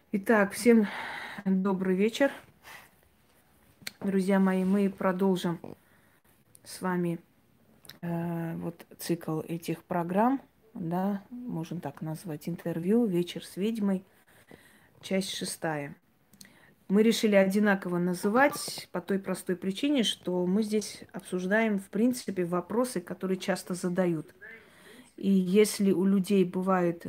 Итак, всем добрый вечер, друзья мои. Мы продолжим с вами вот цикл этих программ, да, можем так назвать, интервью «Вечер с ведьмой», часть шестая. Мы решили одинаково называть по той простой причине, что мы здесь обсуждаем, в принципе, вопросы, которые часто задают. И если у людей бывают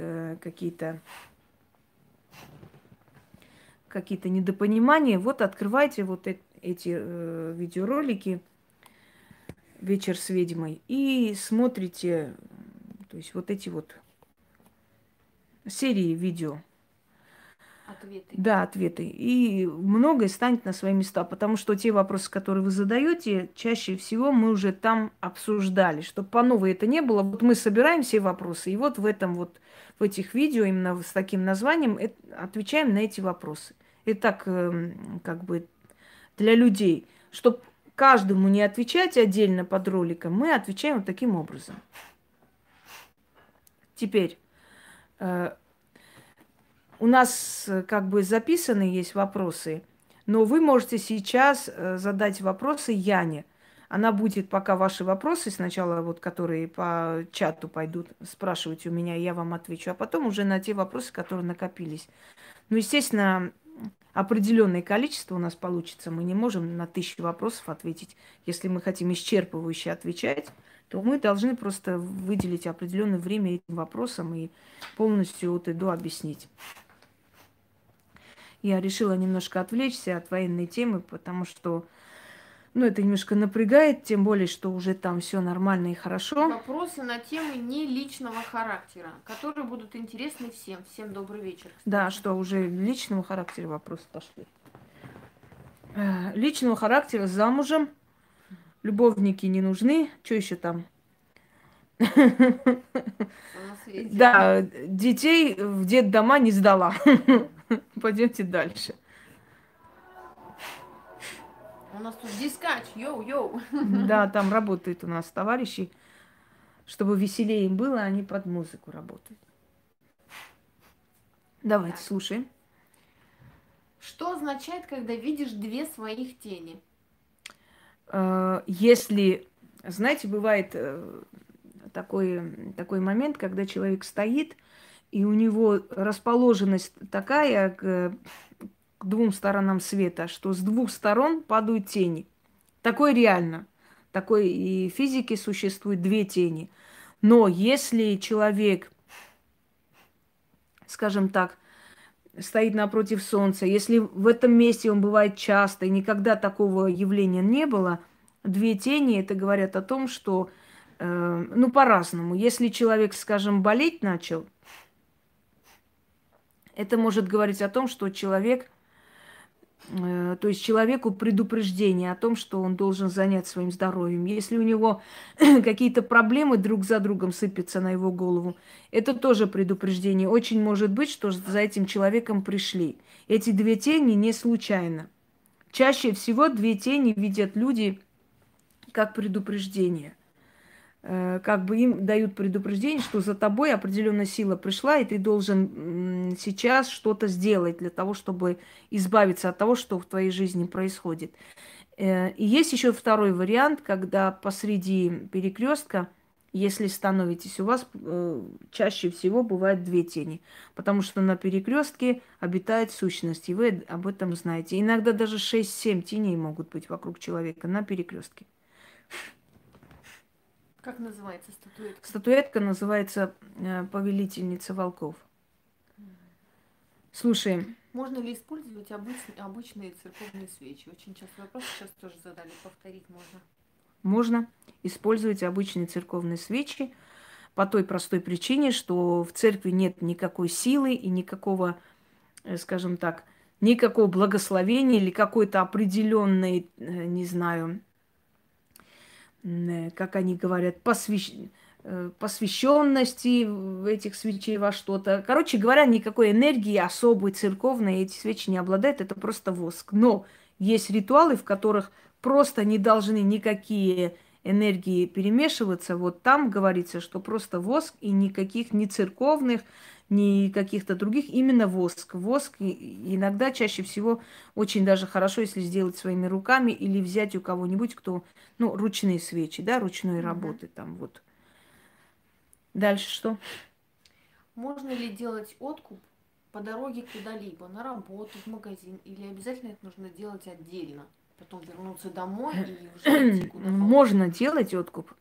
какие-то недопонимания, вот открывайте вот эти видеоролики «Вечер с ведьмой» и смотрите, то есть вот эти вот серии видео. Ответы. Да, ответы. И многое станет на свои места, потому что те вопросы, которые вы задаете, чаще всего мы уже там обсуждали. Чтобы по новой это не было, вот мы собираем все вопросы, и вот в этом вот, в этих видео, именно с таким названием, отвечаем на эти вопросы. Это так, как бы, для людей. Чтобы каждому не отвечать отдельно под роликом, мы отвечаем вот таким образом. Теперь, э, у нас как бы записаны есть вопросы, но вы можете сейчас задать вопросы Яне. Она будет пока ваши вопросы сначала, вот которые по чату пойдут, спрашивать у меня, я вам отвечу, а потом уже на те вопросы, которые накопились. Ну, естественно, определенное количество у нас получится. Мы не можем на 1000 вопросов ответить. Если мы хотим исчерпывающе отвечать, то мы должны просто выделить определенное время этим вопросам и полностью от и до объяснить. Я решила немножко отвлечься от военной темы, потому что, ну, это немножко напрягает, тем более, что уже там все нормально и хорошо. Вопросы на темы не личного характера, которые будут интересны всем. Всем добрый вечер, Да, кстати. что уже личного характера вопросы пошли. Личного характера замужем, любовники не нужны, что еще там? Самосвете. Да, детей в детдома не сдала. Пойдемте дальше. У нас тут дискач, йоу-йоу. Да, там работают у нас товарищи. Чтобы веселее им было, они под музыку работают. Давайте, Так, слушаем. что означает, когда видишь две своих тени? Если, знаете, бывает такой момент, когда человек стоит, и у него расположенность такая к двум сторонам света, что с двух сторон падают тени. Такое реально. Такой и в физике существует две тени. Но если человек, скажем так, стоит напротив солнца, если в этом месте он бывает часто, и никогда такого явления не было, две тени, это говорят о том, что, ну, по-разному. Если человек, скажем, болеть начал, это может говорить о том, что человек, то есть человеку предупреждение о том, что он должен заняться своим здоровьем. Если у него какие-то проблемы друг за другом сыпятся на его голову, это тоже предупреждение. Очень может быть, что за этим человеком пришли. Эти две тени не случайно. Чаще всего две тени видят люди как предупреждение. Как бы им дают предупреждение, что за тобой определенная сила пришла, и ты должен сейчас что-то сделать для того, чтобы избавиться от того, что в твоей жизни происходит. И есть еще второй вариант, когда посреди перекрестка, если становитесь, у вас чаще всего бывает две тени, потому что на перекрестке обитает сущность, и вы об этом знаете. Иногда даже 6-7 теней могут быть вокруг человека на перекрестке. Как называется статуэтка? Статуэтка называется «Повелительница волков». Слушай, Можно ли использовать обычные церковные свечи? Очень часто вопрос сейчас тоже задали, повторить можно. можно использовать обычные церковные свечи по той простой причине, что в церкви нет никакой силы и никакого, скажем так, никакого благословения или какой-то определенной, не знаю, как они говорят, посвященности в этих свечей во что-то. Короче говоря, никакой энергии особой церковной эти свечи не обладают, это просто воск. Но есть ритуалы, в которых просто не должны никакие энергии перемешиваться, вот там говорится, что просто воск и никаких ни церковных, ни каких-то других, именно воск. Воск иногда, чаще всего, очень даже хорошо, если сделать своими руками или взять у кого-нибудь, кто, ну, ручные свечи, да, ручной Мгм. работы там вот. Дальше что? Можно ли делать откуп по дороге куда-либо, на работу, в магазин, или обязательно это нужно делать отдельно? Потом вернуться домой и уже идти куда Можно положено. делать откуп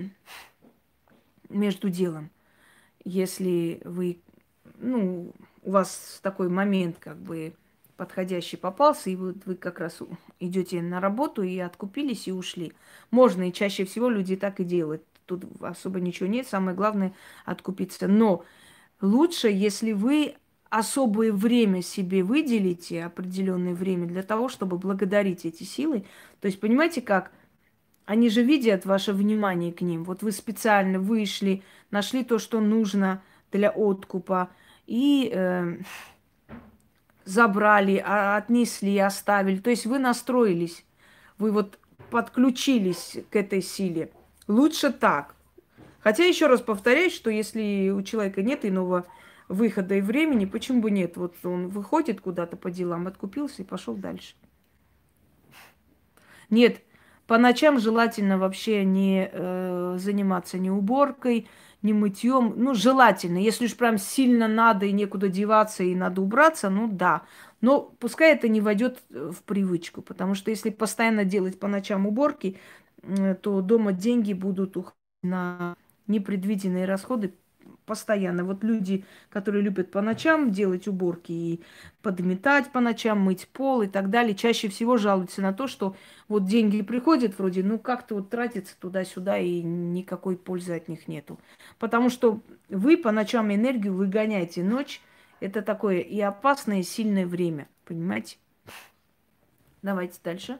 между делом, если вы, ну, у вас такой момент как бы подходящий попался, и вот вы как раз идете на работу и откупились и ушли. Можно, и чаще всего люди так и делают. Тут особо ничего нет, самое главное откупиться. Но лучше, если вы особое время себе выделите, определенное время для того, чтобы благодарить эти силы. То есть, понимаете, как? Они же видят ваше внимание к ним. Вот вы специально вышли, нашли то, что нужно для откупа, и забрали, отнесли, оставили. То есть вы настроились, вы вот подключились к этой силе. Лучше так. Хотя еще раз повторяюсь, что если у человека нет иного выхода и времени, почему бы нет? Вот он выходит куда-то по делам, откупился и пошел дальше. Нет, по ночам желательно вообще не заниматься ни уборкой, ни мытьем. Ну, желательно. Если уж прям сильно надо и некуда деваться, и надо убраться, ну да. Но пускай это не войдет в привычку, потому что если постоянно делать по ночам уборки, то дома деньги будут уходить на непредвиденные расходы постоянно. Вот люди, которые любят по ночам делать уборки и подметать по ночам, мыть пол и так далее, чаще всего жалуются на то, что вот деньги приходят вроде, ну как-то вот тратятся туда-сюда и никакой пользы от них нету. Потому что вы по ночам энергию выгоняете. Ночь это такое и опасное, и сильное время. Понимаете? Давайте дальше.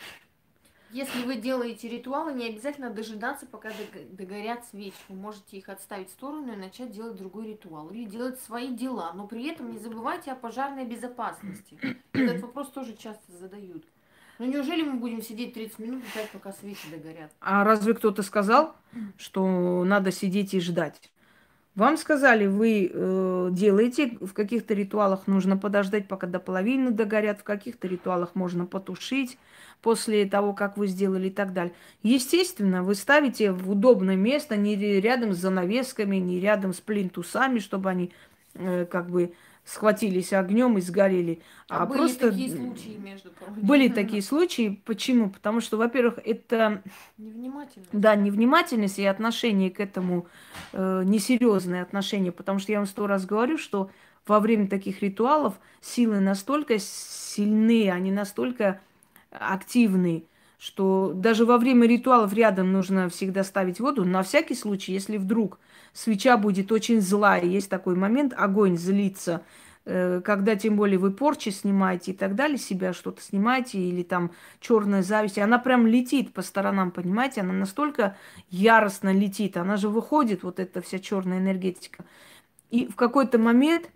Если вы делаете ритуалы, не обязательно дожидаться, пока догорят свечи. Вы можете их отставить в сторону и начать делать другой ритуал. Или делать свои дела. Но при этом не забывайте о пожарной безопасности. Этот вопрос тоже часто задают. Ну неужели мы будем сидеть 30 минут и ждать, пока свечи догорят? А разве кто-то сказал, что надо сидеть и ждать? Вам сказали, вы делаете, в каких-то ритуалах нужно подождать, пока до половины догорят, в каких-то ритуалах можно потушить после того, как вы сделали и так далее. Естественно, вы ставите в удобное место, не рядом с занавесками, не рядом с плинтусами, чтобы они как бы схватились огнем и сгорели, А а были просто такие случаи, между были прочим. такие случаи. Почему? Потому что, во-первых, это Невнимательность. да, невнимательность и отношение к этому, несерьезное отношение, потому что я вам 100 раз говорю, что во время таких ритуалов силы настолько сильны, они настолько активны, что даже во время ритуалов рядом нужно всегда ставить воду, на всякий случай, если вдруг свеча будет очень злая, есть такой момент, огонь злится, когда тем более вы порчи снимаете и так далее, себя что-то снимаете, или там черная зависть, и она прям летит по сторонам, понимаете, она настолько яростно летит, она же выходит, вот эта вся черная энергетика. И в какой-то момент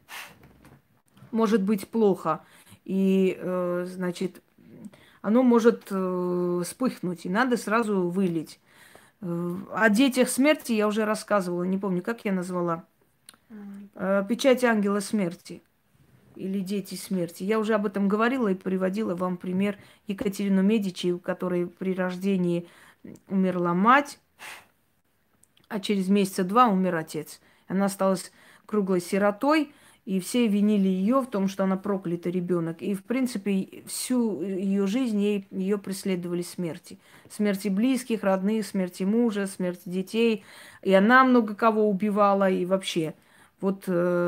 может быть плохо, и, значит, оно может вспыхнуть, и надо сразу вылить. О детях смерти я уже рассказывала, не помню, как я назвала. Не помню. Печать ангела смерти или дети смерти. Я уже об этом говорила и приводила вам пример Екатерину Медичи, у которой при рождении умерла мать, а через месяца два умер отец. Она осталась круглой сиротой, и все винили ее в том, что она проклятый ребенок. И, в принципе, всю ее жизнь ее преследовали смерти. Смерти близких, родных, смерти мужа, смерти детей. И она много кого убивала, и вообще. Вот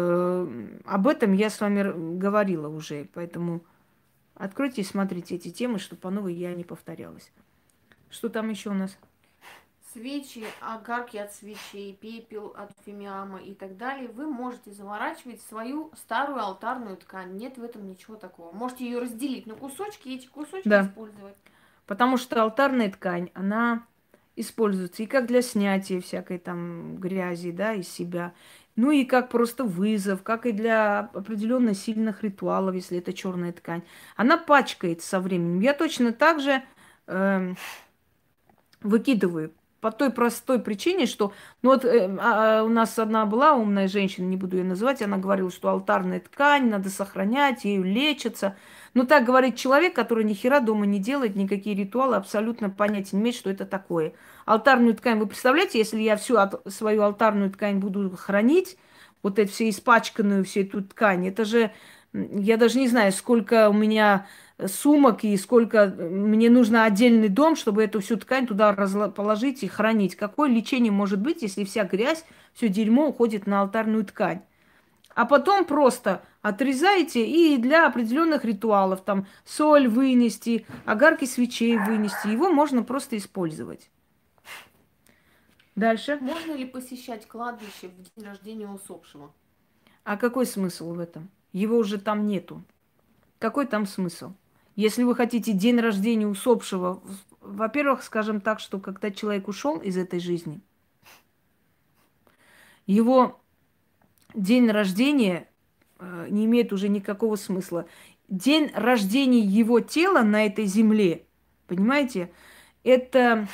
об этом я с вами говорила уже. Поэтому откройте и смотрите эти темы, чтобы по новой я не повторялась. Что там еще у нас? Свечи, огарки от свечей, пепел от фимиама и так далее вы можете заворачивать в свою старую алтарную ткань. Нет в этом ничего такого. Можете ее разделить на кусочки и эти кусочки Да. использовать. Потому что алтарная ткань, она используется и как для снятия всякой там грязи, да, из себя, ну и как просто вызов, как и для определенно сильных ритуалов, если это черная ткань. Она пачкается со временем. Я точно так же Выкидываю. По той простой причине, что... Ну вот у нас одна была умная женщина, не буду ее называть, она говорила, что алтарная ткань надо сохранять, ею лечится. Ну так говорит человек, который ни хера дома не делает, никакие ритуалы, абсолютно понятия не имеет, что это такое. Алтарную ткань, вы представляете, если я всю свою алтарную ткань буду хранить, вот эту все испачканную, всю эту ткань, это же, я даже не знаю, сколько у меня сумок и сколько мне нужно отдельный дом, чтобы эту всю ткань туда положить и хранить. Какое лечение может быть, если вся грязь, все дерьмо уходит на алтарную ткань? А потом просто отрезаете и для определенных ритуалов, там соль вынести, огарки свечей вынести, его можно просто использовать. Дальше. Можно ли посещать кладбище в день рождения усопшего? А какой смысл в этом? Его уже там нету. Какой там смысл? Если вы хотите день рождения усопшего, во-первых, скажем так, что когда человек ушел из этой жизни, его день рождения не имеет уже никакого смысла. День рождения его тела на этой земле, понимаете, это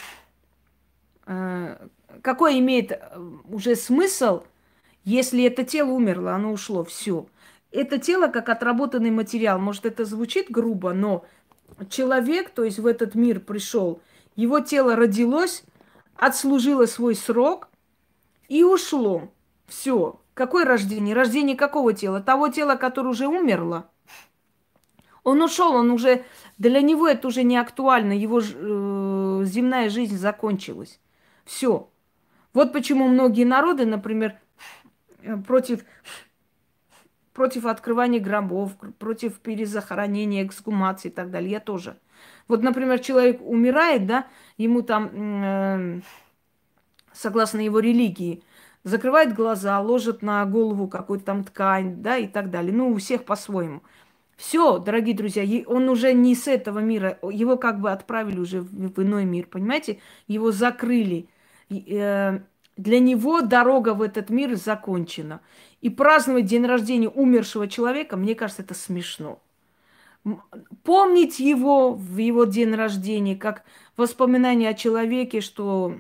какой имеет уже смысл, если это тело умерло, оно ушло, все. Это тело как отработанный материал. Может, это звучит грубо, но человек, то есть в этот мир пришел, его тело родилось, отслужило свой срок и ушло. Все. Какое рождение? Рождение какого тела? Того тела, которое уже умерло. Он ушел, он уже, для него это уже не актуально, его земная жизнь закончилась. Все. Вот почему многие народы, например, против открывания гробов, против перезахоронения, эксгумации и так далее. Я тоже. Вот, например, человек умирает, да, ему там, согласно его религии, закрывает глаза, ложит на голову какую-то там ткань, да, и так далее. Ну, у всех по-своему. Все, дорогие друзья, он уже не с этого мира, его как бы отправили уже в иной мир, понимаете? Его закрыли. Для него дорога в этот мир закончена. И праздновать день рождения умершего человека, мне кажется, это смешно. Помнить его в его день рождения, как воспоминание о человеке, что,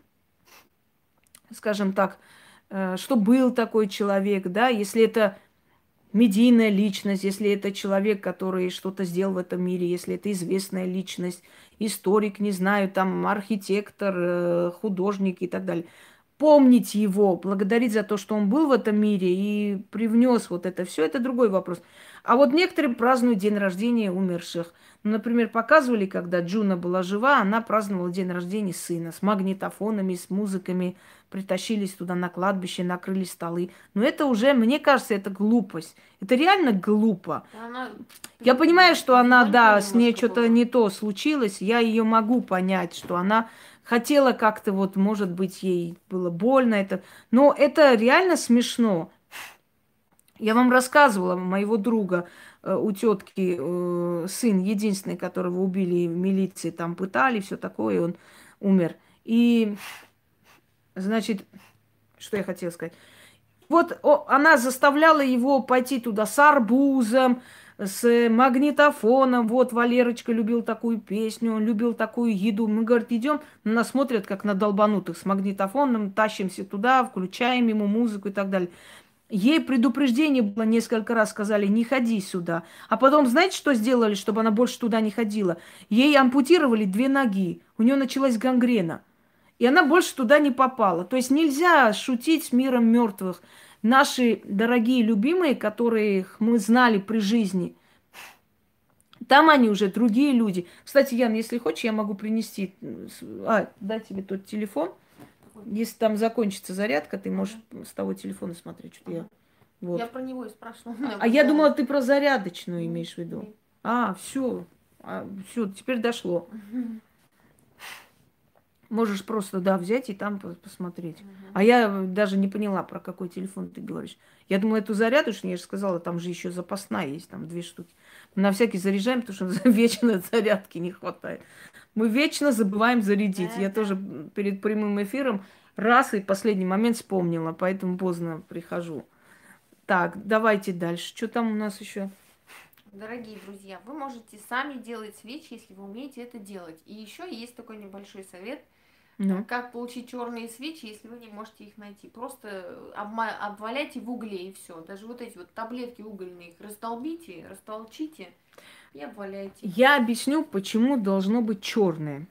скажем так, что был такой человек, да, если это медийная личность, если это человек, который что-то сделал в этом мире, если это известная личность, историк, не знаю, там архитектор, художник и так далее. Помнить его, благодарить за то, что он был в этом мире и привнес вот это все, это другой вопрос. А вот некоторые празднуют день рождения умерших. Ну, например, показывали, когда Джуна была жива, она праздновала день рождения сына с магнитофонами, с музыками, притащились туда на кладбище, накрыли столы. Но это уже, мне кажется, это глупость. Это реально глупо. Она Я понимаю, что она, да, с ней немножко что-то была. не то случилось. Я ее могу понять, что она хотела как-то, вот, может быть, ей было больно это. Но это реально смешно. Я вам рассказывала моего друга, у тетки сын единственный, которого убили в милиции, там пытали, все такое, он умер. И, значит, что я хотела сказать? Вот она заставляла его пойти туда с арбузом, с магнитофоном. Вот Валерочка любил такую песню, он любил такую еду. Мы, говорит, идем, на нас смотрят, как на долбанутых, с магнитофоном, тащимся туда, включаем ему музыку и так далее. Ей предупреждение было несколько раз, сказали, не ходи сюда. А потом, знаете, что сделали, чтобы она больше туда не ходила? Ей ампутировали 2 ноги, у нее началась гангрена. И она больше туда не попала. То есть нельзя шутить с миром мертвых. Наши дорогие любимые, которых мы знали при жизни, там они уже другие люди. Кстати, Ян, если хочешь, я могу принести... дать тебе тот телефон. Если там закончится зарядка, ты можешь с того телефона смотреть, что я... Вот. Я про него и спрашивала. А я думала, ты про зарядочную имеешь в виду. Нет. Все. Все, теперь дошло. Можешь просто, да, взять и там посмотреть. А я даже не поняла, про какой телефон ты говоришь. Я думала, эту зарядочную, я же сказала, там же еще запасная есть, там 2 штуки. Мы на всякий заряжаем, потому что вечно зарядки не хватает. Мы вечно забываем зарядить. Я тоже перед прямым эфиром раз и в последний момент вспомнила, поэтому поздно прихожу. Так, давайте дальше. Что там у нас еще? Дорогие друзья, вы можете сами делать свечи, если вы умеете это делать. И еще есть такой небольшой совет. Ну. Как получить черные свечи, если вы не можете их найти? Просто обваляйте в угле и все. Даже вот эти вот таблетки угольные, их раздолбите, растолчите и обваляйте. Я объясню, почему должно быть черное.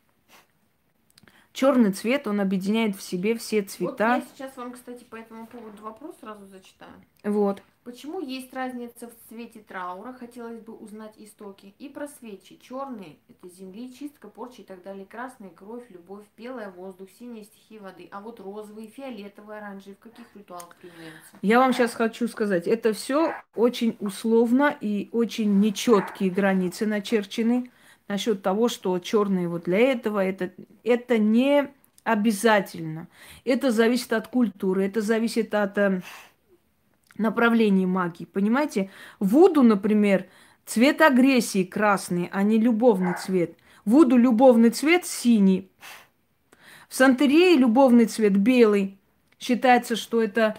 Черный цвет, он объединяет в себе все Вот я цвета. сейчас вам, кстати, по этому поводу вопрос сразу зачитаю. Вот. Почему есть разница в цвете траура? Хотелось бы узнать истоки. И про свечи. Черные– это земли, чистка, порча и так далее. Красные– кровь, любовь. Белая– воздух. Синяя– стихия воды. А вот розовые, фиолетовые, оранжевые в каких ритуалах применяются? Я вам сейчас хочу сказать, это все очень условно и очень нечеткие границы начерчены насчет того, что черные вот для этого, это не обязательно. Это зависит от культуры, это зависит от направлений магии. Понимаете? Вуду, например, цвет агрессии красный, а не любовный цвет. Вуду любовный цвет синий. В Сантерии любовный цвет белый. Считается, что это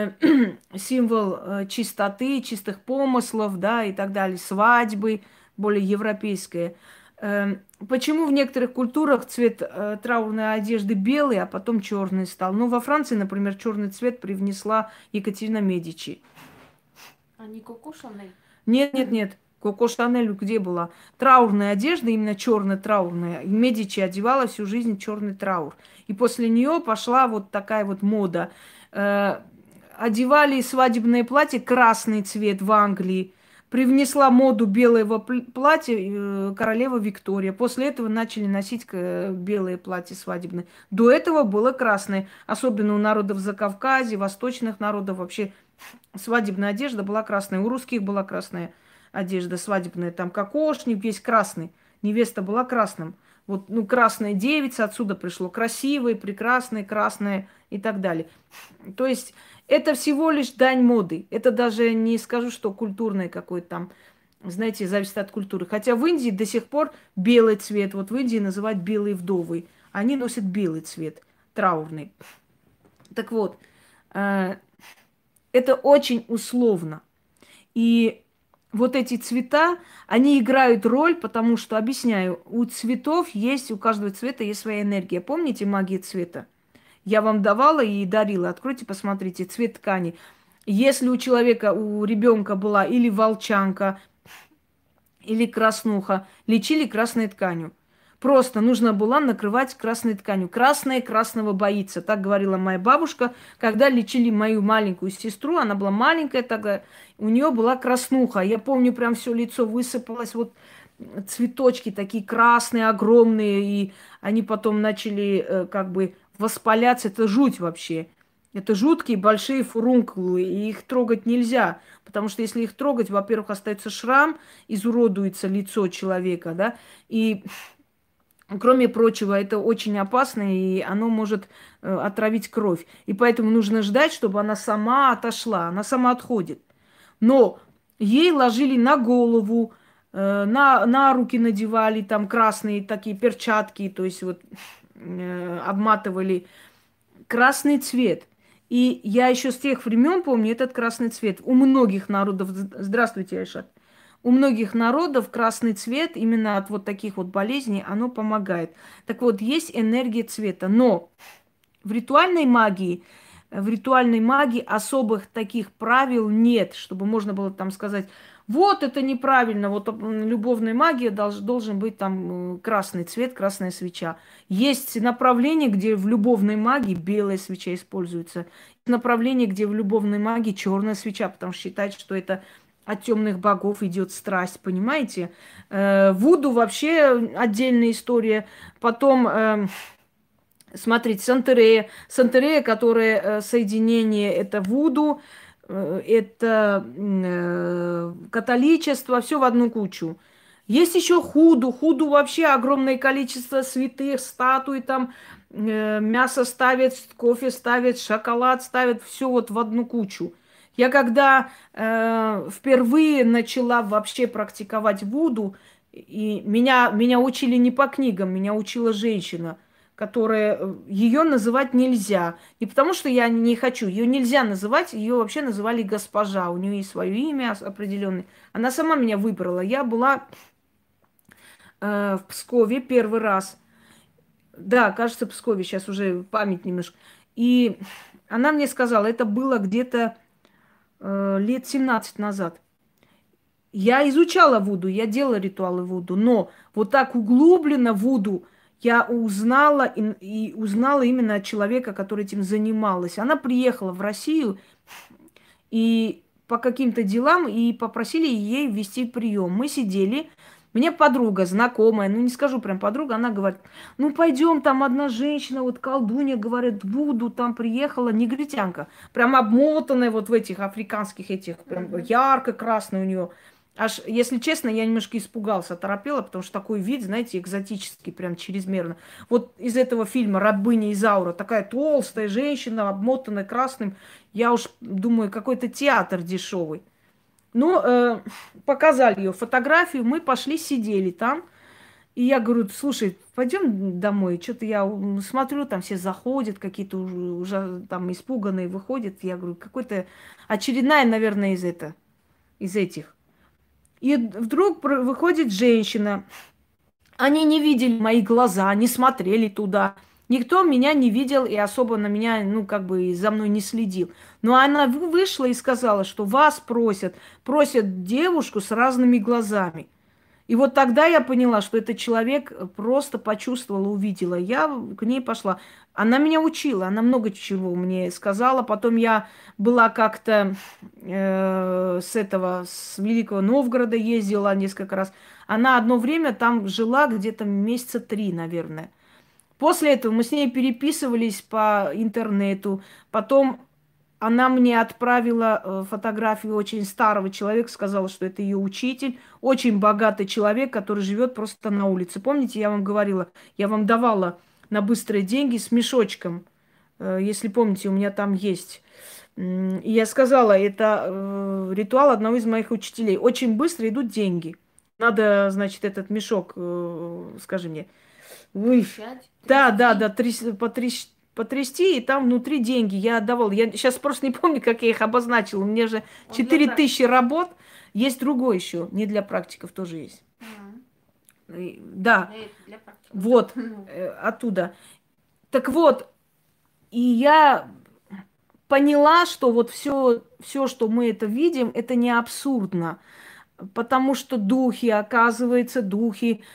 символ чистоты, чистых помыслов, да, и так далее, свадьбы, более европейская. Почему в некоторых культурах цвет траурной одежды белый, а потом черный стал? Ну, во Франции, например, черный цвет привнесла Екатерина Медичи. А не Коко Шанель? Нет, нет, нет. Коко Шанель где была? Траурная одежда, именно черная траурная. И Медичи одевала всю жизнь черный траур. И после нее пошла вот такая вот мода. Одевали свадебное платье красный цвет в Англии. Привнесла моду белого платья королева Виктория. После этого начали носить белое платье свадебное. До этого было красное. Особенно у народов Закавказья, восточных народов вообще свадебная одежда была красная. У русских была красная одежда свадебная. Там кокошник весь красный. Невеста была красным. Вот, ну, красная девица отсюда пришло. Красивая, прекрасная, красная и так далее. То есть это всего лишь дань моды. Это даже не скажу, что культурное какое-то там, знаете, зависит от культуры. Хотя в Индии до сих пор белый цвет. Вот в Индии называют белые вдовы. Они носят белый цвет, траурный. Так вот, это очень условно. И вот эти цвета, они играют роль, потому что, объясняю, у цветов есть, у каждого цвета есть своя энергия. Помните магию цвета? Я вам давала и дарила. Откройте, посмотрите, цвет ткани. Если у человека, у ребенка была или волчанка, или краснуха, лечили красной тканью. Просто нужно было накрывать красной тканью. Красное красного боится. Так говорила моя бабушка, когда лечили мою маленькую сестру. Она была маленькая тогда. У нее была краснуха. Я помню, прям все лицо высыпалось. Вот цветочки такие красные, огромные. И они потом начали как бы воспаляться. Это жуть вообще. Это жуткие большие фурункулы, и их трогать нельзя. Потому что если их трогать, во-первых, остается шрам, изуродуется лицо человека, да, и кроме прочего, это очень опасно, и оно может отравить кровь. И поэтому нужно ждать, чтобы она сама отошла. Она сама отходит. Но ей ложили на голову, на руки надевали там красные такие перчатки, то есть вот обматывали красный цвет. И я еще с тех времен помню этот красный цвет. У многих народов, здравствуйте, Айшат, у многих народов красный цвет именно от вот таких вот болезней, оно помогает. Так вот, есть энергия цвета. Но в ритуальной магии особых таких правил нет, чтобы можно было там сказать, вот это неправильно, вот любовная магия должен быть там красный цвет, красная свеча. Есть направление, где в любовной магии белая свеча используется. Есть направление, где в любовной магии черная свеча, потому что считается, что это от темных богов идет страсть, понимаете? Вуду вообще отдельная история. Потом, смотрите, Сантерея. Сантерея, которая соединение, это вуду, это католичество, все в одну кучу. Есть еще худу. Худу вообще огромное количество святых, статуй, там мясо ставят, кофе ставят, шоколад ставят, все вот в одну кучу. Я когда впервые начала вообще практиковать вуду, и меня учили не по книгам, меня учила женщина, которая ее называть нельзя. Не потому, что я не хочу, ее нельзя называть, ее вообще называли госпожа, у нее есть свое имя определенное. Она сама меня выбрала. Я была в Пскове первый раз. Да, кажется, Пскове, сейчас уже память немножко. И она мне сказала, это было где-то лет 17 назад. Я изучала Вуду, я делала ритуалы Вуду, но вот так углубленно Вуду я узнала и узнала именно от человека, который этим занималась. Она приехала в Россию и по каким-то делам и попросили ей ввести прием. Мы сидели, мне подруга, знакомая, ну не скажу прям подруга, она говорит, ну пойдем, там одна женщина, вот колдунья, говорит, Вуду, там приехала негритянка, прям обмотанная вот в этих африканских этих, прям ярко-красный у нее. Аж, если честно, я немножко испугался, торопела, потому что такой вид, знаете, экзотический, прям чрезмерно. Вот из этого фильма «Рабыня Изаура» такая толстая женщина, обмотанная красным. Я уж думаю, какой-то театр дешевый. Ну, показали ее фотографию, мы пошли, сидели там. И я говорю, слушай, пойдем домой. Что-то я смотрю, там все заходят, какие-то уже там испуганные выходят. Я говорю, какой-то очередная, наверное, из этих. И вдруг выходит женщина. Они не видели мои глаза, не смотрели туда. Никто меня не видел и особо на меня, ну, как бы за мной не следил. Но она вышла и сказала, что вас просят девушку с разными глазами. И вот тогда я поняла, что этот человек просто почувствовала, увидела. Я к ней пошла. Она меня учила, она много чего мне сказала. Потом я была как-то с Великого Новгорода ездила несколько раз. Она одно время там жила где-то месяца 3, наверное. После этого мы с ней переписывались по интернету. Потом она мне отправила фотографию очень старого человека, сказала, что это ее учитель, очень богатый человек, который живет просто на улице. Помните, я вам говорила, я вам давала на быстрые деньги с мешочком. Если помните, у меня там есть. И я сказала, это ритуал одного из моих учителей. Очень быстро идут деньги. Надо, значит, этот мешок, скажи мне, вы... Пять, Да, да, трясти. да, потрясти, и там внутри деньги. Я отдавала. Я сейчас просто не помню, как я их обозначила. У меня же Он для 4000 практики. работ. Есть другой еще. Не для практиков тоже есть. Мгм. Да, Для практиков, да. вот, оттуда. Так вот, и я поняла, что вот все, что мы это видим, это не абсурдно. Потому что духи, оказывается, духи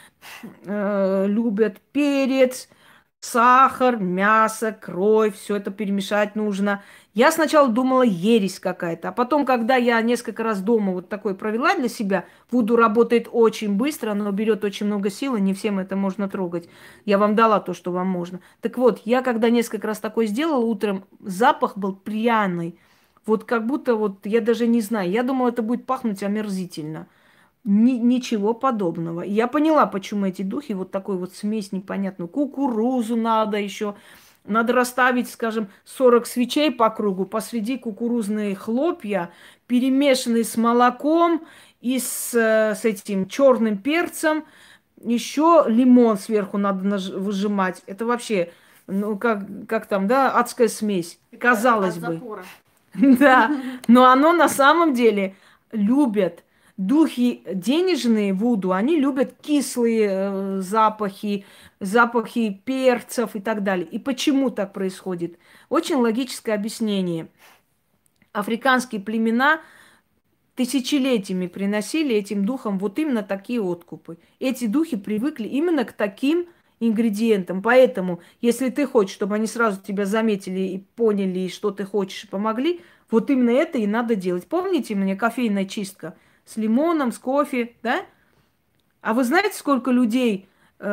любят перец, сахар, мясо, кровь, все это перемешать нужно. Я сначала думала, ересь какая-то, а потом, когда я несколько раз дома вот такой провела для себя, вуду работает очень быстро, но берет очень много сил, и не всем это можно трогать. Я вам дала то, что вам можно. Так вот, я когда несколько раз такое сделала утром, запах был пряный. Вот как будто вот, я даже не знаю, я думала, это будет пахнуть омерзительно. Ничего подобного. И я поняла, почему эти духи, вот такой вот смесь непонятную. Кукурузу надо еще. Надо расставить, скажем, 40 свечей по кругу, посреди кукурузные хлопья, перемешанные с молоком и с этим черным перцем. Еще лимон сверху надо выжимать. Это вообще, ну, как там, да, адская смесь. Это Казалось от бы. запора. Да, но оно на самом деле любят. Духи денежные Вуду, они любят кислые запахи, запахи перцев и так далее. И почему так происходит? Очень логическое объяснение. Африканские племена тысячелетиями приносили этим духам вот именно такие откупы. Эти духи привыкли именно к таким ингредиентам. Поэтому, если ты хочешь, чтобы они сразу тебя заметили и поняли, что ты хочешь, и помогли, вот именно это и надо делать. Помните мне кофейная чистка с лимоном, с кофе, да? А вы знаете, сколько людей,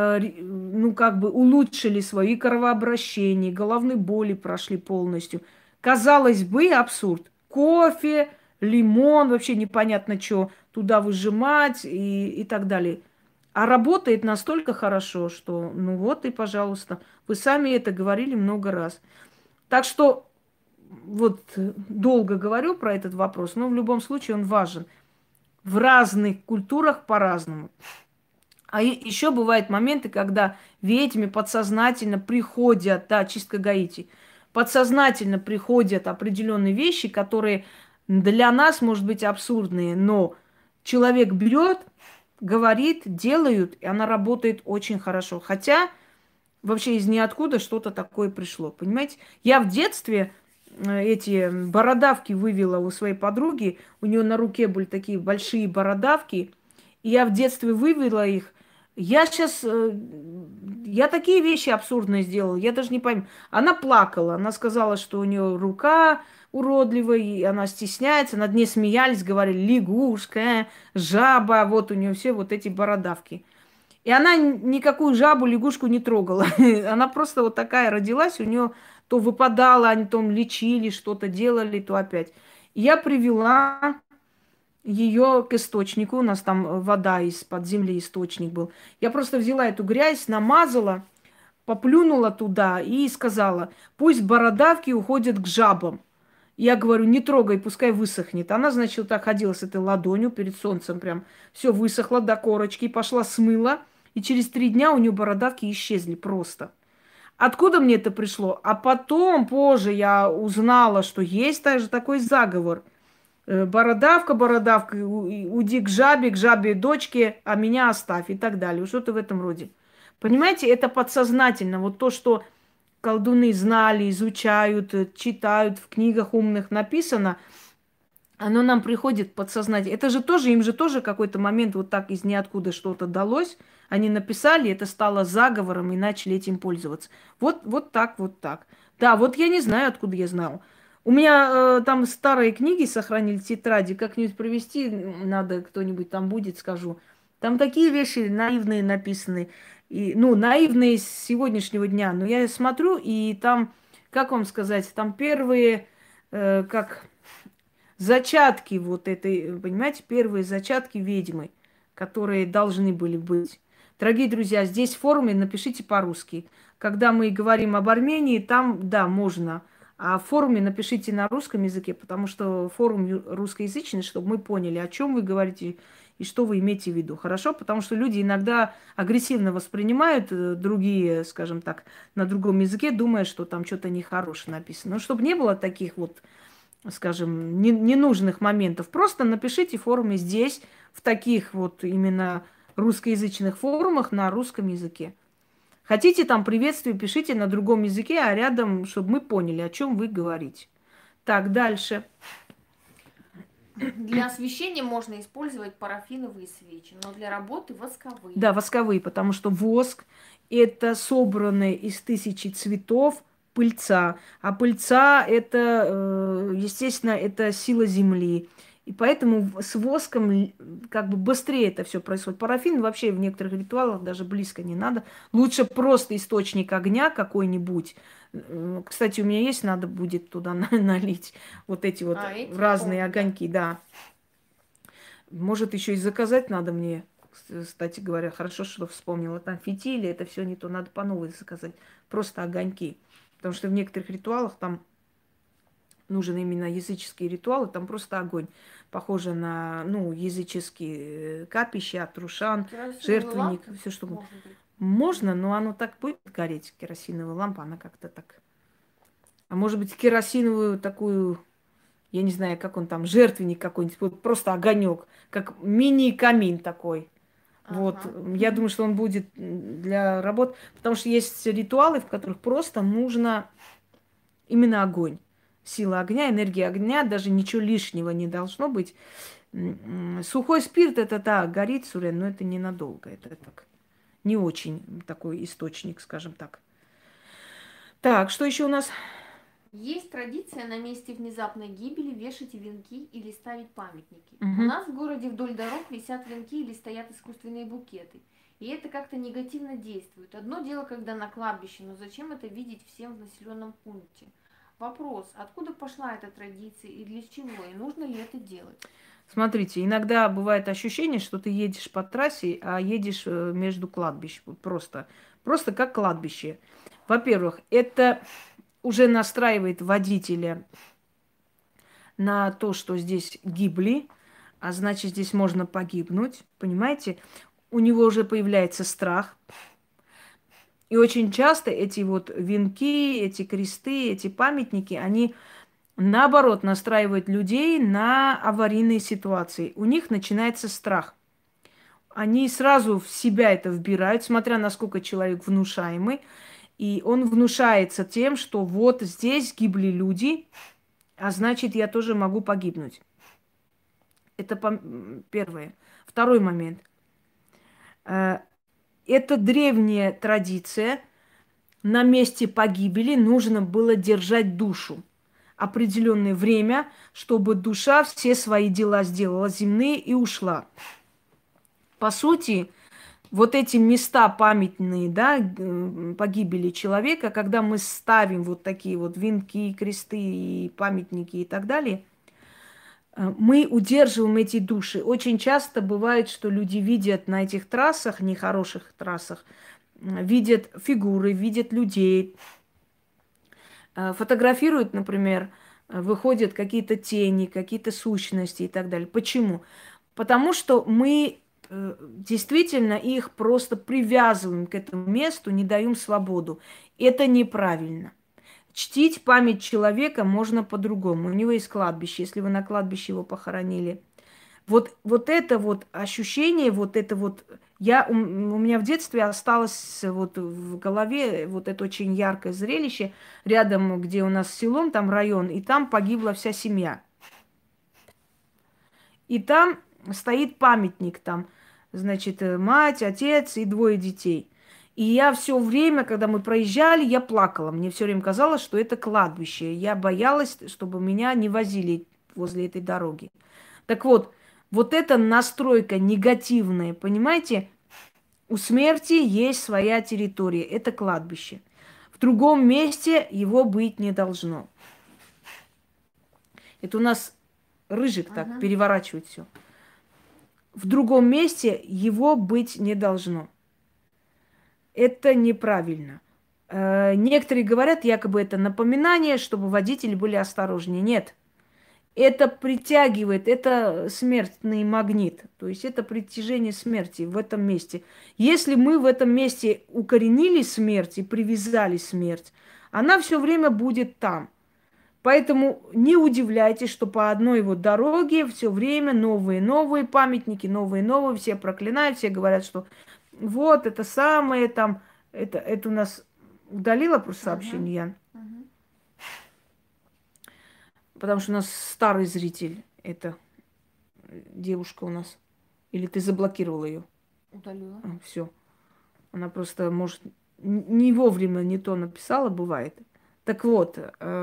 ну, как бы улучшили свои кровообращения, головные боли прошли полностью? Казалось бы, абсурд. Кофе, лимон, вообще непонятно, что туда выжимать и так далее. А работает настолько хорошо, что, ну вот и, пожалуйста, вы сами это говорили много раз. Так что вот долго говорю про этот вопрос, но в любом случае он важен. В разных культурах по-разному. А еще бывают моменты, когда ведьме подсознательно приходят, да, чистка Гаити, подсознательно приходят определенные вещи, которые для нас, может быть, абсурдные, но человек берет, говорит, делают, и она работает очень хорошо. Хотя вообще из ниоткуда что-то такое пришло, понимаете? Я в детстве эти бородавки вывела у своей подруги. У нее на руке были такие большие бородавки. И я в детстве вывела их. Я сейчас, я такие вещи абсурдные сделала, я даже не пойму. Она плакала, она сказала, что у нее рука уродливая, и она стесняется. Над ней смеялись, говорили, лягушка, жаба, вот у нее все вот эти бородавки. И она никакую жабу, лягушку не трогала. Она просто вот такая родилась, у нее то выпадало, они там лечили, что-то делали, то опять. И я привела ее к источнику, у нас там вода из-под земли, источник был. Я просто взяла эту грязь, намазала, поплюнула туда и сказала, пусть бородавки уходят к жабам. Я говорю, не трогай, пускай высохнет. Она, значит, вот так ходила с этой ладонью перед солнцем, прям все высохло до корочки, пошла смыла, и через 3 дня у нее бородавки исчезли просто. Откуда мне это пришло? А потом, позже, я узнала, что есть даже такой заговор. Бородавка, бородавка, уйди к жабе дочке, а меня оставь и так далее. Что-то в этом роде. Понимаете, это подсознательно. Вот то, что колдуны знали, изучают, читают, в книгах умных написано, оно нам приходит подсознательно. Это же тоже, им же тоже какой-то момент вот так из ниоткуда что-то далось. Они написали, это стало заговором и начали этим пользоваться. Вот так, вот так. Да, вот я не знаю, откуда я знал. У меня там старые книги сохранили, тетради. Как-нибудь провести надо, кто-нибудь там будет, скажу. Там такие вещи наивные написаны. И, ну, наивные с сегодняшнего дня. Но я смотрю, и там, как вам сказать, там первые, как зачатки вот этой, понимаете, первые зачатки ведьмы, которые должны были быть. Дорогие друзья, здесь в форуме напишите по-русски. Когда мы говорим об Армении, там, да, можно. А в форуме напишите на русском языке, потому что форум русскоязычный, чтобы мы поняли, о чем вы говорите и что вы имеете в виду. Хорошо? Потому что люди иногда агрессивно воспринимают другие, скажем так, на другом языке, думая, что там что-то нехорошее написано. Но чтобы не было таких вот, скажем, ненужных моментов, просто напишите в форуме здесь, в таких вот именно русскоязычных форумах на русском языке. Хотите там приветствие, пишите на другом языке, а рядом, чтобы мы поняли, о чем вы говорите. Так, дальше. Для освещения можно использовать парафиновые свечи, но для работы восковые. Да, восковые, потому что воск – это собранные из тысячи цветов пыльца. А пыльца – это, естественно, это сила земли. И поэтому с воском как бы быстрее это все происходит. Парафин вообще в некоторых ритуалах даже близко не надо. Лучше просто источник огня какой-нибудь. Кстати, у меня есть, надо будет туда налить вот эти вот разные огоньки, да. Может, еще и заказать надо мне, кстати говоря. Хорошо, что вспомнила. Там фитили, это все не то, надо по новой заказать. Просто огоньки. Потому что в некоторых ритуалах там нужен именно языческие ритуалы, там просто огонь. Похоже на, ну, языческие капища, трушан, жертвенник, все что можно, но оно так будет гореть, керосиновая лампа, она как-то так. А может быть, керосиновую такую, я не знаю, как он там, жертвенник какой-нибудь, вот просто огонек, как мини-камин такой. Вот, я думаю, что он будет для работ, потому что есть ритуалы, в которых просто нужно именно огонь. Сила огня, энергия огня, даже ничего лишнего не должно быть. Сухой спирт это да, горит, Сурен, но это ненадолго. Это так, не очень такой источник, скажем так. Так, что еще у нас? Есть традиция на месте внезапной гибели вешать венки или ставить памятники. У нас в городе вдоль дорог висят венки или стоят искусственные букеты. И это как-то негативно действует. Одно дело, когда на кладбище, но зачем это видеть всем в населенном пункте? Вопрос, откуда пошла эта традиция и для чего, и нужно ли это делать? Смотрите, иногда бывает ощущение, что ты едешь по трассе, а едешь между кладбищем. Вот просто как кладбище. Во-первых, это уже настраивает водителя на то, что здесь гибли, а значит, здесь можно погибнуть, понимаете? У него уже появляется страх. И очень часто эти вот венки, эти кресты, эти памятники, они наоборот настраивают людей на аварийные ситуации. У них начинается страх. они сразу в себя это вбирают, смотря насколько человек внушаемый. И он внушается тем, что вот здесь гибли люди, а значит, я тоже могу погибнуть. Это первое. Второй момент. Это древняя традиция. На месте погибели нужно было держать душу определенное время, чтобы душа все свои дела сделала земные и ушла. По сути, вот эти места памятные, да, погибели человека, когда мы ставим вот такие вот венки, кресты и памятники и так далее, мы удерживаем эти души. Очень часто бывает, что люди видят на этих трассах, нехороших трассах, видят фигуры, видят людей, фотографируют, например, выходят какие-то тени, какие-то сущности и так далее. Почему? Потому что мы действительно их просто привязываем к этому месту, не даем свободу. Это неправильно. Чтить память человека можно по-другому. У него есть кладбище, если вы на кладбище его похоронили. Вот это вот ощущение, вот это вот... у меня в детстве осталось вот в голове вот это очень яркое зрелище. Рядом, где у нас селом, там район, и там погибла вся семья. И там стоит памятник, там, значит, мать, отец и двое детей. И я все время, когда мы проезжали, я плакала. Мне все время казалось, что это кладбище. Я боялась, чтобы меня не возили возле этой дороги. Так вот, вот эта настройка негативная, понимаете? У смерти есть своя территория, это кладбище. В другом месте его быть не должно. Это у нас Рыжик так переворачивает все. В другом месте его быть не должно. Это неправильно. Некоторые говорят, якобы это напоминание, чтобы водители были осторожнее. Нет. Это притягивает, это смертный магнит. То есть это притяжение смерти в этом месте. Если мы в этом месте укоренили смерть и привязали смерть, она все время будет там. Поэтому не удивляйтесь, что по одной вот дороге все время новые памятники, новые, все проклинают, все говорят, что вот это самое там, это у нас удалила просто сообщение, Ян. Потому что у нас старый зритель, это девушка у нас. Или ты заблокировала ее? Удалила. Все. Она просто, может, не вовремя не то написала, бывает. Так вот,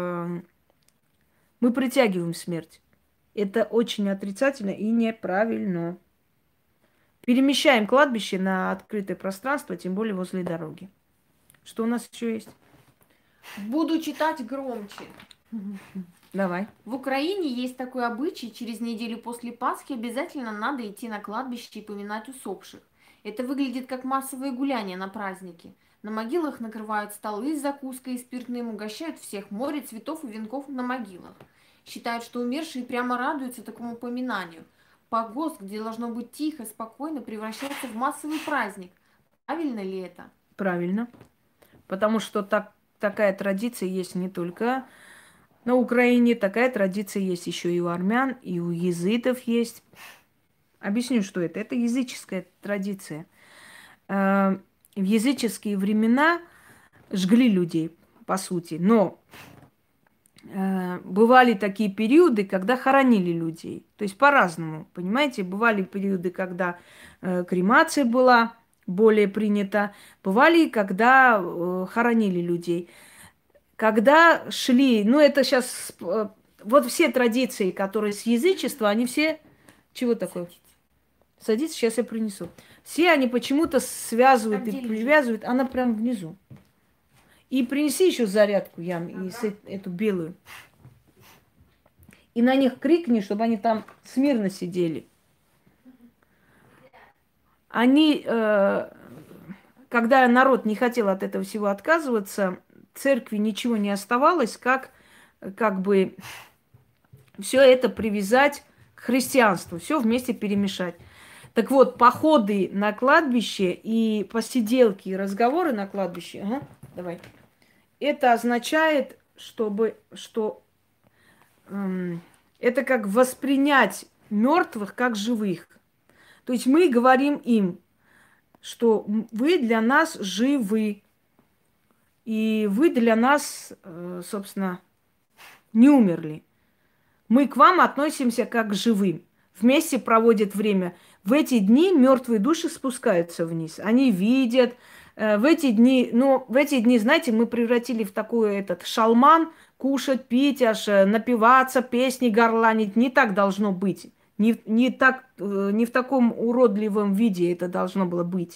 мы притягиваем смерть. Это очень отрицательно и неправильно. Перемещаем кладбище на открытое пространство, тем более возле дороги. Что у нас еще есть? Буду читать громче. Давай. В Украине есть такой обычай, через неделю после Пасхи обязательно надо идти на кладбище и поминать усопших. Это выглядит как массовое гуляние на празднике. На могилах накрывают столы с закуской и спиртным, угощают всех, море цветов и венков на могилах. Считают, что умершие прямо радуются такому поминанию. Погост, где должно быть тихо, спокойно, превращается в массовый праздник. Правильно ли это? Правильно. Потому что такая традиция есть не только на Украине, такая традиция есть еще и у армян, и у езидов есть. Объясню, что это. Это языческая традиция. В языческие времена жгли людей, по сути. Но бывали такие периоды, когда хоронили людей. То есть по-разному, понимаете? Бывали периоды, когда кремация была более принята. Бывали, когда хоронили людей. Когда шли, ну это сейчас, вот все традиции, которые с язычества, они все, чего такое? Садитесь, сейчас я принесу. Все они почему-то связывают и привязывают, она прям внизу. И принеси еще зарядку, Ян, эту белую. И на них крикни, чтобы они там смирно сидели. Они, когда народ не хотел от этого всего отказываться, церкви ничего не оставалось, как бы все это привязать к христианству, все вместе перемешать. Так вот, походы на кладбище и посиделки, и разговоры на кладбище, давай. Это означает, это как воспринять мертвых как живых. То есть мы говорим им, что вы для нас живы, и вы для нас, собственно, не умерли. Мы к вам относимся как к живым. Вместе проводят время. В эти дни мертвые души спускаются вниз. Они видят. В эти дни, ну, в эти дни, знаете, мы превратили в такой этот шалман, кушать, пить, аж напиваться, песни горланить. Не так должно быть. Не в таком уродливом виде это должно было быть.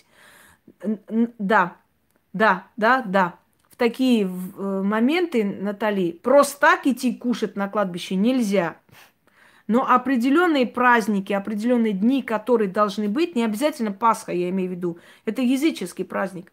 Да, да. В такие моменты, Натали, просто так идти кушать на кладбище нельзя. Но определенные праздники, определенные дни, которые должны быть, не обязательно Пасха, я имею в виду, это языческий праздник.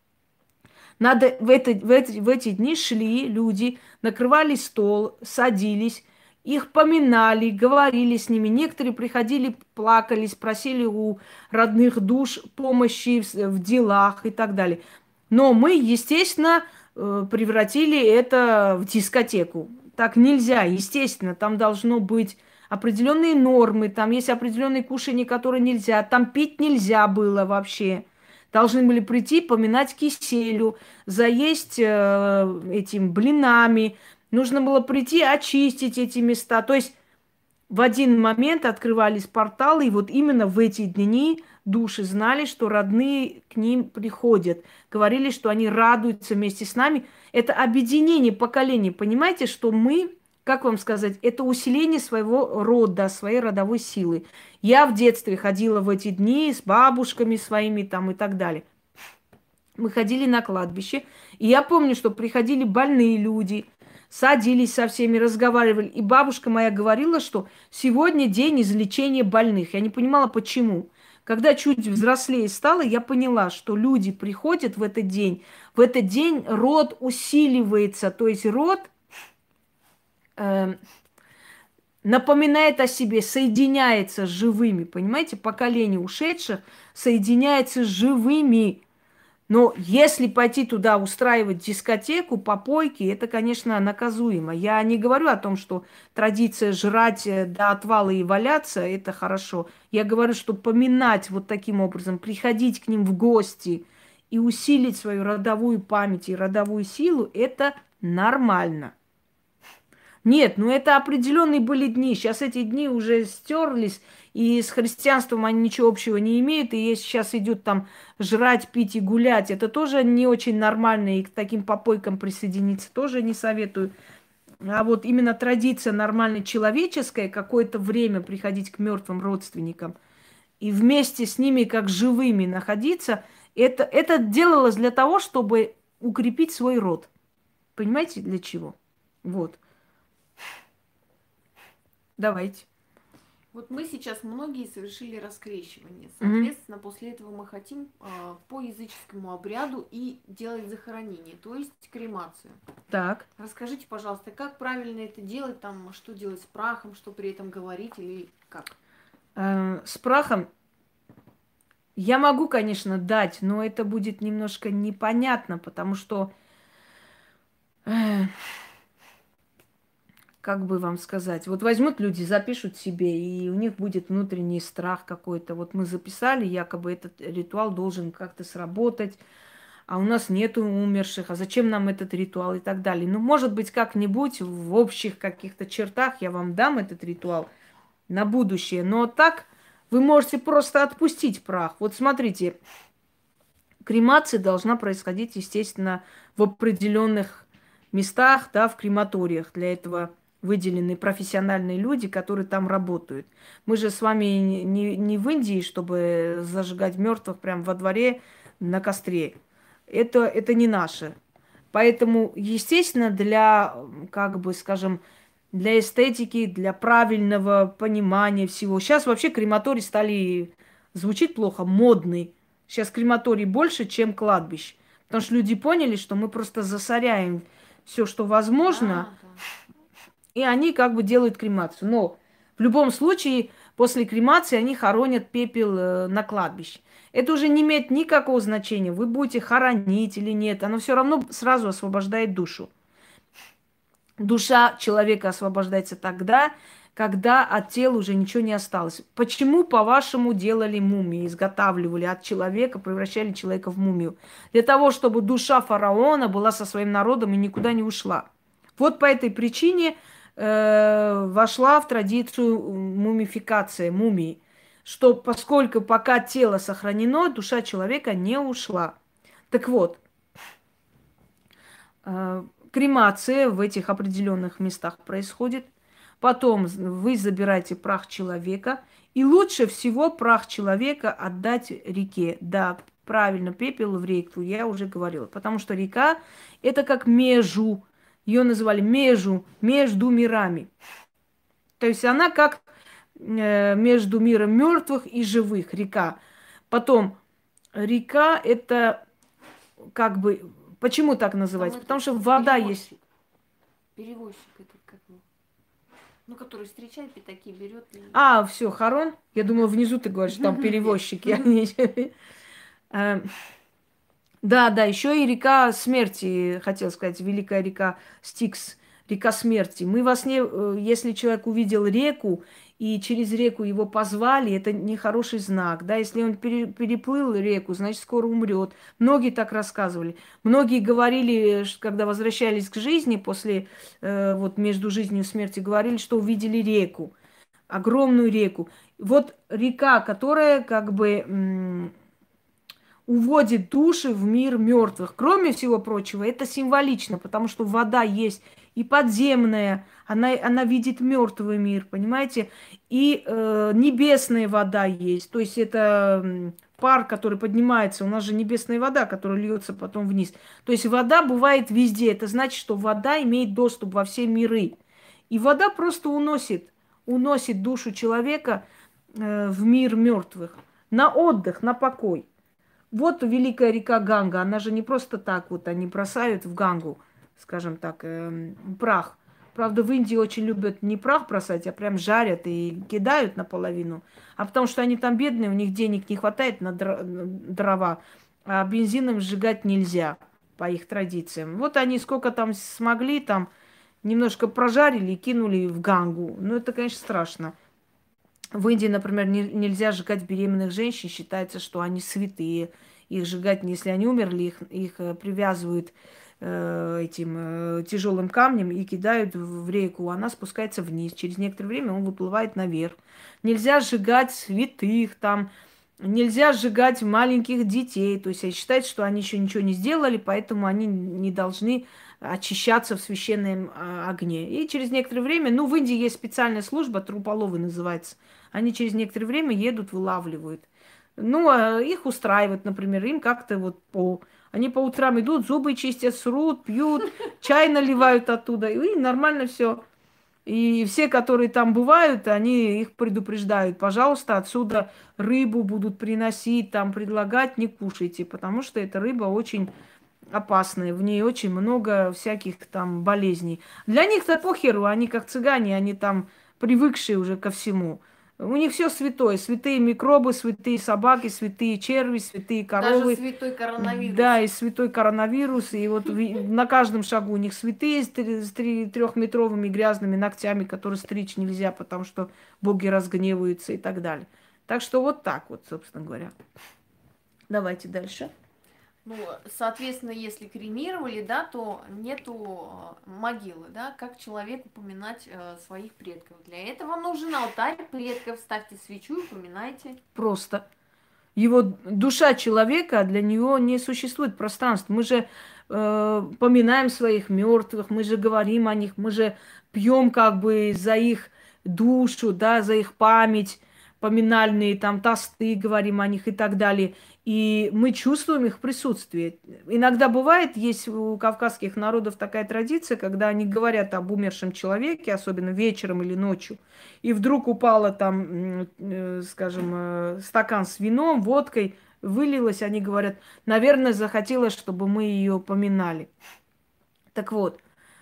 Надо в эти дни шли люди, накрывали стол, садились, их поминали, говорили с ними. Некоторые приходили, плакались, просили у родных душ помощи в делах и так далее. Но мы, естественно, превратили это в дискотеку. Так нельзя, естественно, там должно быть определенные нормы, там есть определенные кушания, которые нельзя, там пить нельзя было вообще. Должны были прийти, поминать киселю, заесть этим блинами. Нужно было прийти, очистить эти места. То есть в один момент открывались порталы, и вот именно в эти дни души знали, что родные к ним приходят. Говорили, что они радуются вместе с нами. Это объединение поколений. Понимаете, что мы, как вам сказать, это усиление своего рода, своей родовой силы. Я в детстве ходила в эти дни с бабушками своими там и так далее. Мы ходили на кладбище, и я помню, что приходили больные люди, садились со всеми, разговаривали. И бабушка моя говорила, что сегодня день излечения больных. Я не понимала, почему. Когда чуть взрослее стала, я поняла, что люди приходят в этот день. В этот день род усиливается. То есть род напоминает о себе, соединяется с живыми. Понимаете, поколение ушедших соединяется с живыми. Но если пойти туда устраивать дискотеку, попойки, это, конечно, наказуемо. Я не говорю о том, что традиция жрать до отвала и валяться – это хорошо. Я говорю, что поминать вот таким образом, приходить к ним в гости и усилить свою родовую память и родовую силу – это нормально. Нет, ну это определенные были дни. Сейчас эти дни уже стерлись, и с христианством они ничего общего не имеют. И если сейчас идут там жрать, пить и гулять, это тоже не очень нормально. И к таким попойкам присоединиться тоже не советую. А вот именно традиция нормальная человеческая, какое-то время приходить к мертвым родственникам и вместе с ними как живыми находиться, это делалось для того, чтобы укрепить свой род. Понимаете, для чего? Вот. Давайте. Вот мы сейчас многие совершили раскрещивание. Соответственно, после этого мы хотим по языческому обряду и делать захоронение, то есть кремацию. Так. Расскажите, пожалуйста, как правильно это делать, там, что делать с прахом, что при этом говорить или как? С прахом я могу, конечно, дать, но это будет немножко непонятно, потому что как бы вам сказать, вот возьмут люди, запишут себе, и у них будет внутренний страх какой-то. Вот мы записали, якобы этот ритуал должен как-то сработать, а у нас нету умерших, а зачем нам этот ритуал и так далее. Ну, может быть, как-нибудь в общих каких-то чертах я вам дам этот ритуал на будущее, но так вы можете просто отпустить прах. Вот смотрите, кремация должна происходить, естественно, в определенных местах, да, в крематориях. Для этого выделены профессиональные люди, которые там работают. Мы же с вами не в Индии, чтобы зажигать мертвых прямо во дворе на костре. Это не наше. Поэтому, естественно, для, как бы, скажем, для эстетики, для правильного понимания всего. Сейчас вообще крематории стали, звучит плохо, модный. Сейчас крематорий больше, чем кладбищ. Потому что люди поняли, что мы просто засоряем все, что возможно. Да. И они как бы делают кремацию. Но в любом случае, после кремации они хоронят пепел на кладбище. Это уже не имеет никакого значения, вы будете хоронить или нет. Оно все равно сразу освобождает душу. Душа человека освобождается тогда, когда от тела уже ничего не осталось. Почему, по-вашему, делали мумии, изготавливали от человека, превращали человека в мумию? Для того, чтобы душа фараона была со своим народом и никуда не ушла. Вот по этой причине вошла в традицию мумификация, мумии, что поскольку пока тело сохранено, душа человека не ушла. Так вот, кремация в этих определенных местах происходит. Потом вы забираете прах человека. И лучше всего прах человека отдать реке. Да, правильно, пепел в реку, я уже говорила. Потому что река это как межу. Ее называли между мирами. То есть она как между миром мертвых и живых, река. Потом река это как бы... Почему так называется? Там Потому этот что вода есть. перевозчик. Перевозчик этот как его? Ну, который встречает пятаки, берет. А, все, Харон? Я думала, внизу ты говоришь, там перевозчики. Да, да, еще и река смерти, хотел сказать, великая река Стикс, река смерти. Мы во сне, если человек увидел реку, и через реку его позвали, это нехороший знак. Да, если он переплыл реку, значит, скоро умрет. Многие так рассказывали. Многие говорили, когда возвращались к жизни после вот между жизнью и смертью, говорили, что увидели реку, огромную реку. Вот река, которая как бы уводит души в мир мертвых. Кроме всего прочего, это символично, потому что вода есть и подземная, она видит мертвый мир, понимаете? И небесная вода есть. То есть это пар, который поднимается. У нас же небесная вода, которая льется потом вниз. То есть вода бывает везде. Это значит, что вода имеет доступ во все миры. И вода просто уносит душу человека в мир мертвых. На отдых, на покой. Вот великая река Ганга, она же не просто так вот, они бросают в Гангу, скажем так, прах. Правда, в Индии очень любят не прах бросать, а прям жарят и кидают наполовину. А потому что они там бедные, у них денег не хватает на дрова, а бензином сжигать нельзя по их традициям. Вот они сколько там смогли, там немножко прожарили и кинули в Гангу. Ну, это, конечно, страшно. В Индии, например, нельзя сжигать беременных женщин, считается, что они святые. Их сжигать, если они умерли, их привязывают этим тяжелым камнем и кидают в реку. Она спускается вниз. Через некоторое время он выплывает наверх. Нельзя сжигать святых там, нельзя сжигать маленьких детей. То есть считается, что они еще ничего не сделали, поэтому они не должны очищаться в священном огне. И через некоторое время, ну, в Индии есть специальная служба, труполовы называется. Они через некоторое время едут, вылавливают. Ну, их устраивает, например, им как-то вот Они по утрам идут, зубы чистят, срут, пьют, чай наливают оттуда, и нормально все. И все, которые там бывают, они их предупреждают. Пожалуйста, отсюда рыбу будут приносить, там предлагать, не кушайте, потому что эта рыба очень опасная, в ней очень много всяких там болезней. Для них-то похеру, они как цыгане, они там привыкшие уже ко всему. У них все святое. Святые микробы, святые собаки, святые черви, святые коровы. Даже святой коронавирус. Да, и святой коронавирус. И вот на каждом шагу у них святые с трехметровыми грязными ногтями, которые стричь нельзя, потому что боги разгневаются и так далее. Так что вот так вот, собственно говоря. Давайте дальше. Ну, соответственно, если кремировали, да, то нету могилы, да, как человек упоминать своих предков. Для этого нужен алтарь предков, ставьте свечу и упоминайте. Просто. Его душа человека, для него не существует пространства. Мы же поминаем своих мертвых, мы же говорим о них, мы же пьем как бы за их душу, да, за их память, поминальные там тосты, говорим о них и так далее. И мы чувствуем их присутствие. Иногда бывает, есть у кавказских народов такая традиция, когда они говорят об умершем человеке, особенно вечером или ночью, и вдруг упала там, скажем, стакан с вином, водкой, вылилось, они говорят, наверное, захотела, чтобы мы ее поминали. Так вот,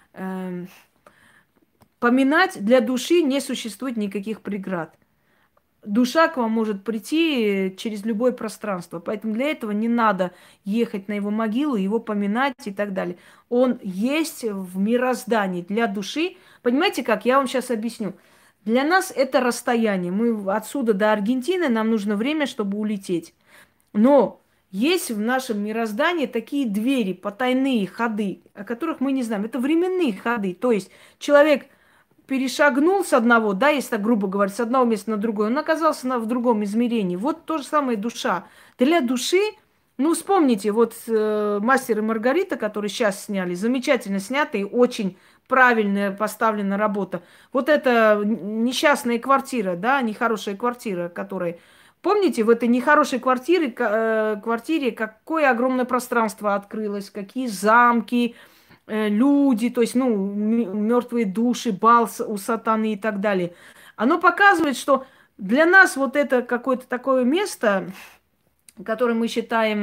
поминать для души не существует никаких преград. Душа к вам может прийти через любое пространство. Поэтому для этого не надо ехать на его могилу, его поминать и так далее. Он есть в мироздании для души. Понимаете как? Я вам сейчас объясню. Для нас это расстояние. Мы отсюда до Аргентины, нам нужно время, чтобы улететь. Но есть в нашем мироздании такие двери, потайные ходы, о которых мы не знаем. Это временные ходы. То есть человек перешагнул с одного, да, если так грубо говоря, с одного места на другое, он оказался в другом измерении. Вот то же самое душа. Для души, ну, вспомните, вот «Мастер и Маргарита», который сейчас сняли, замечательно снятый, очень правильная поставлена работа. Вот эта несчастная квартира, да, нехорошая квартира, которая... Помните, в этой нехорошей квартире какое огромное пространство открылось, какие замки, люди, то есть, ну, мертвые души, бал у сатаны и так далее. Оно показывает, что для нас вот это какое-то такое место, которое мы считаем,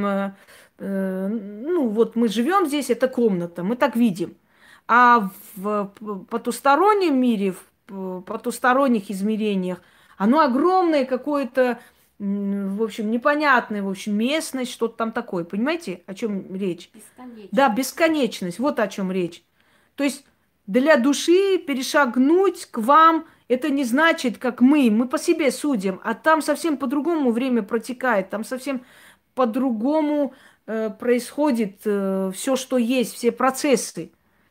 ну, вот мы живем здесь, это комната, мы так видим. А в потустороннем мире, в потусторонних измерениях, оно огромное какое-то, в общем, непонятное, в общем, местность, что-то там такое. Понимаете, о чем речь? Бесконечно. Да, бесконечность, вот о чем речь. То есть для души перешагнуть к вам, это не значит, как мы по себе судим, а там совсем по-другому время протекает, там совсем по-другому происходит все, что есть, все процессы.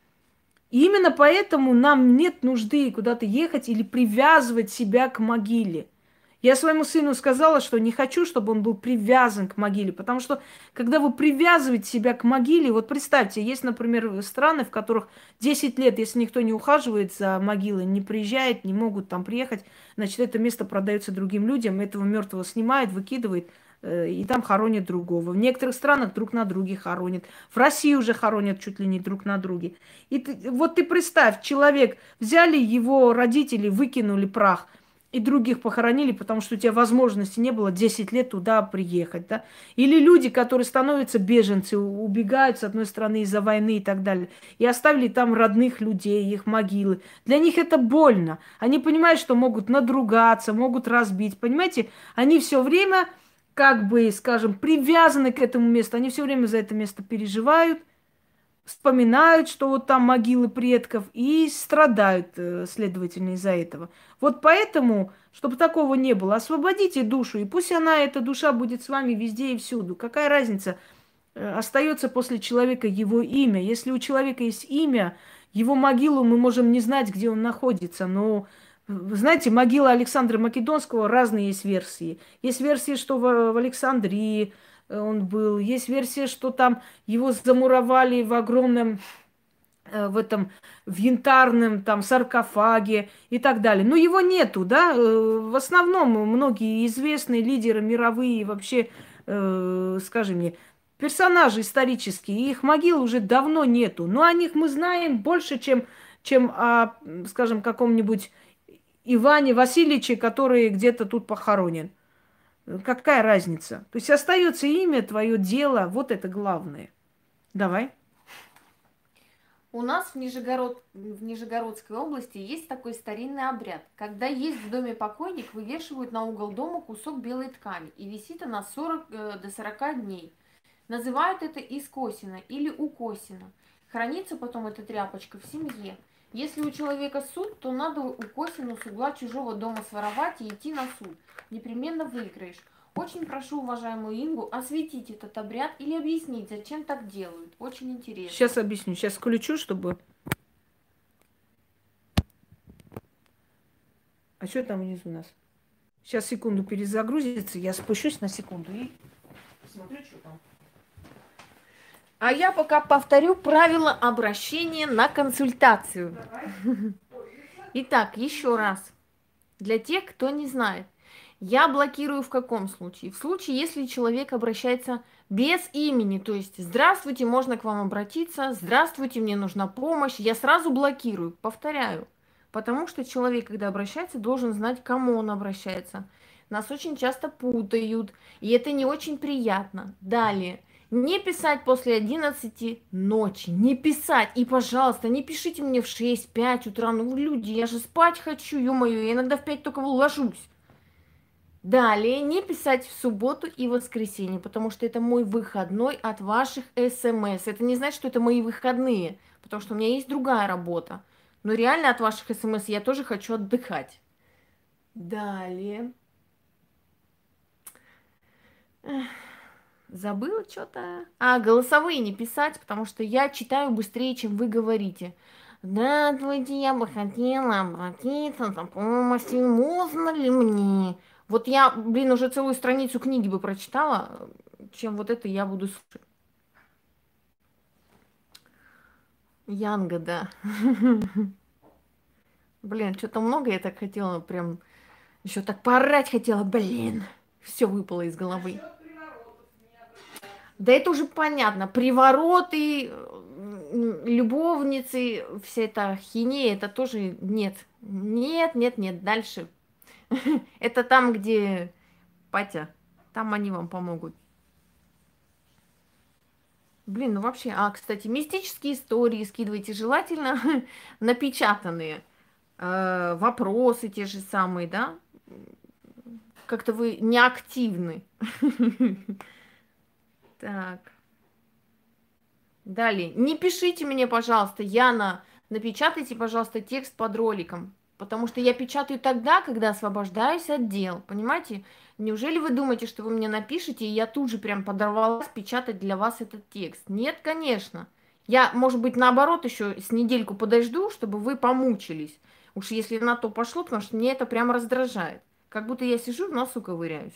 И именно поэтому нам нет нужды куда-то ехать или привязывать себя к могиле. Я своему сыну сказала, что не хочу, чтобы он был привязан к могиле, потому что, когда вы привязываете себя к могиле, вот представьте, есть, например, страны, в которых 10 лет, если никто не ухаживает за могилой, не приезжает, не могут там приехать, значит, это место продается другим людям, этого мертвого снимает, выкидывает, и там хоронят другого. В некоторых странах друг на друге хоронят. В России уже хоронят чуть ли не друг на друге. И вот ты представь, человек, взяли его родители, выкинули прах, и других похоронили, потому что у тебя возможности не было 10 лет туда приехать, да? Или люди, которые становятся беженцы, убегают с одной стороны из-за войны и так далее, и оставили там родных людей, их могилы. Для них это больно. Они понимают, что могут надругаться, могут разбить, понимаете? Они все время, как бы, скажем, привязаны к этому месту, они все время за это место переживают, вспоминают, что вот там могилы предков, и страдают, следовательно, из-за этого. Вот поэтому, чтобы такого не было, освободите душу, и пусть она, эта душа, будет с вами везде и всюду. Какая разница? Остается после человека его имя. Если у человека есть имя, его могилу мы можем не знать, где он находится, но вы знаете, могила Александра Македонского, разные есть версии. Есть версии, что в Александрии он был. Есть версия, что там его замуровали в огромном, в янтарном там саркофаге и так далее. Но его нету, да. В основном многие известные лидеры мировые, вообще, скажи мне, персонажи исторические, их могил уже давно нету. Но о них мы знаем больше, чем о, скажем, каком-нибудь Иване Васильевиче, который где-то тут похоронен. Какая разница? То есть остается имя, твое дело, вот это главное. Давай. У нас в Нижегородской области есть такой старинный обряд. Когда есть в доме покойник, вывешивают на угол дома кусок белой ткани, и висит она 40 до 40 дней. Называют это искосина или укосина. Хранится потом эта тряпочка в семье. Если у человека суд, то надо укосину с угла чужого дома своровать и идти на суд. Непременно выиграешь. Очень прошу уважаемую Ингу осветить этот обряд или объяснить, зачем так делают. Очень интересно. Сейчас объясню. Сейчас включу, чтобы... А что там внизу у нас? Сейчас секунду перезагрузится. Я спущусь на секунду и смотрю, что там. А я пока повторю правила обращения на консультацию. Итак, еще раз. Для тех, кто не знает. Я блокирую в каком случае? В случае, если человек обращается без имени, то есть «Здравствуйте, можно к вам обратиться», «Здравствуйте, мне нужна помощь», я сразу блокирую, повторяю. Потому что человек, когда обращается, должен знать, к кому он обращается. Нас очень часто путают, и это не очень приятно. Далее. Не писать после 11 ночи, не писать. И, пожалуйста, не пишите мне в 6-5 утра. Ну, люди, я же спать хочу, ё-моё, я иногда в 5 только ложусь. Далее, не писать в субботу и воскресенье, потому что это мой выходной от ваших СМС. Это не значит, что это мои выходные, потому что у меня есть другая работа. Но реально от ваших СМС я тоже хочу отдыхать. Далее. Забыла что-то. А, голосовые не писать, потому что я читаю быстрее, чем вы говорите. Здравствуйте, я бы хотела обратиться за помощью. Можно ли мне? Вот я, блин, уже целую страницу книги бы прочитала, чем вот это я буду слушать. Янга, да. Блин, что-то много я так хотела, прям еще так поорать хотела, блин. Все выпало из головы. Да это уже понятно. Привороты, любовницы, вся эта хинея, это тоже нет. Нет, нет, нет, дальше. Это там, где Патя. Там они вам помогут. Блин, ну вообще, кстати, мистические истории скидывайте желательно напечатанные. Вопросы те же самые, да? Как-то вы неактивны. Так. Далее. Не пишите мне, пожалуйста, Яна, напечатайте, пожалуйста, текст под роликом. Потому что я печатаю тогда, когда освобождаюсь от дел. Понимаете? Неужели вы думаете, что вы мне напишете, и я тут же прям подорвалась печатать для вас этот текст? Нет, конечно. Я, может быть, наоборот, еще с недельку подожду, чтобы вы помучились. Уж если на то пошло, потому что мне это прям раздражает. Как будто я сижу, в носу ковыряюсь.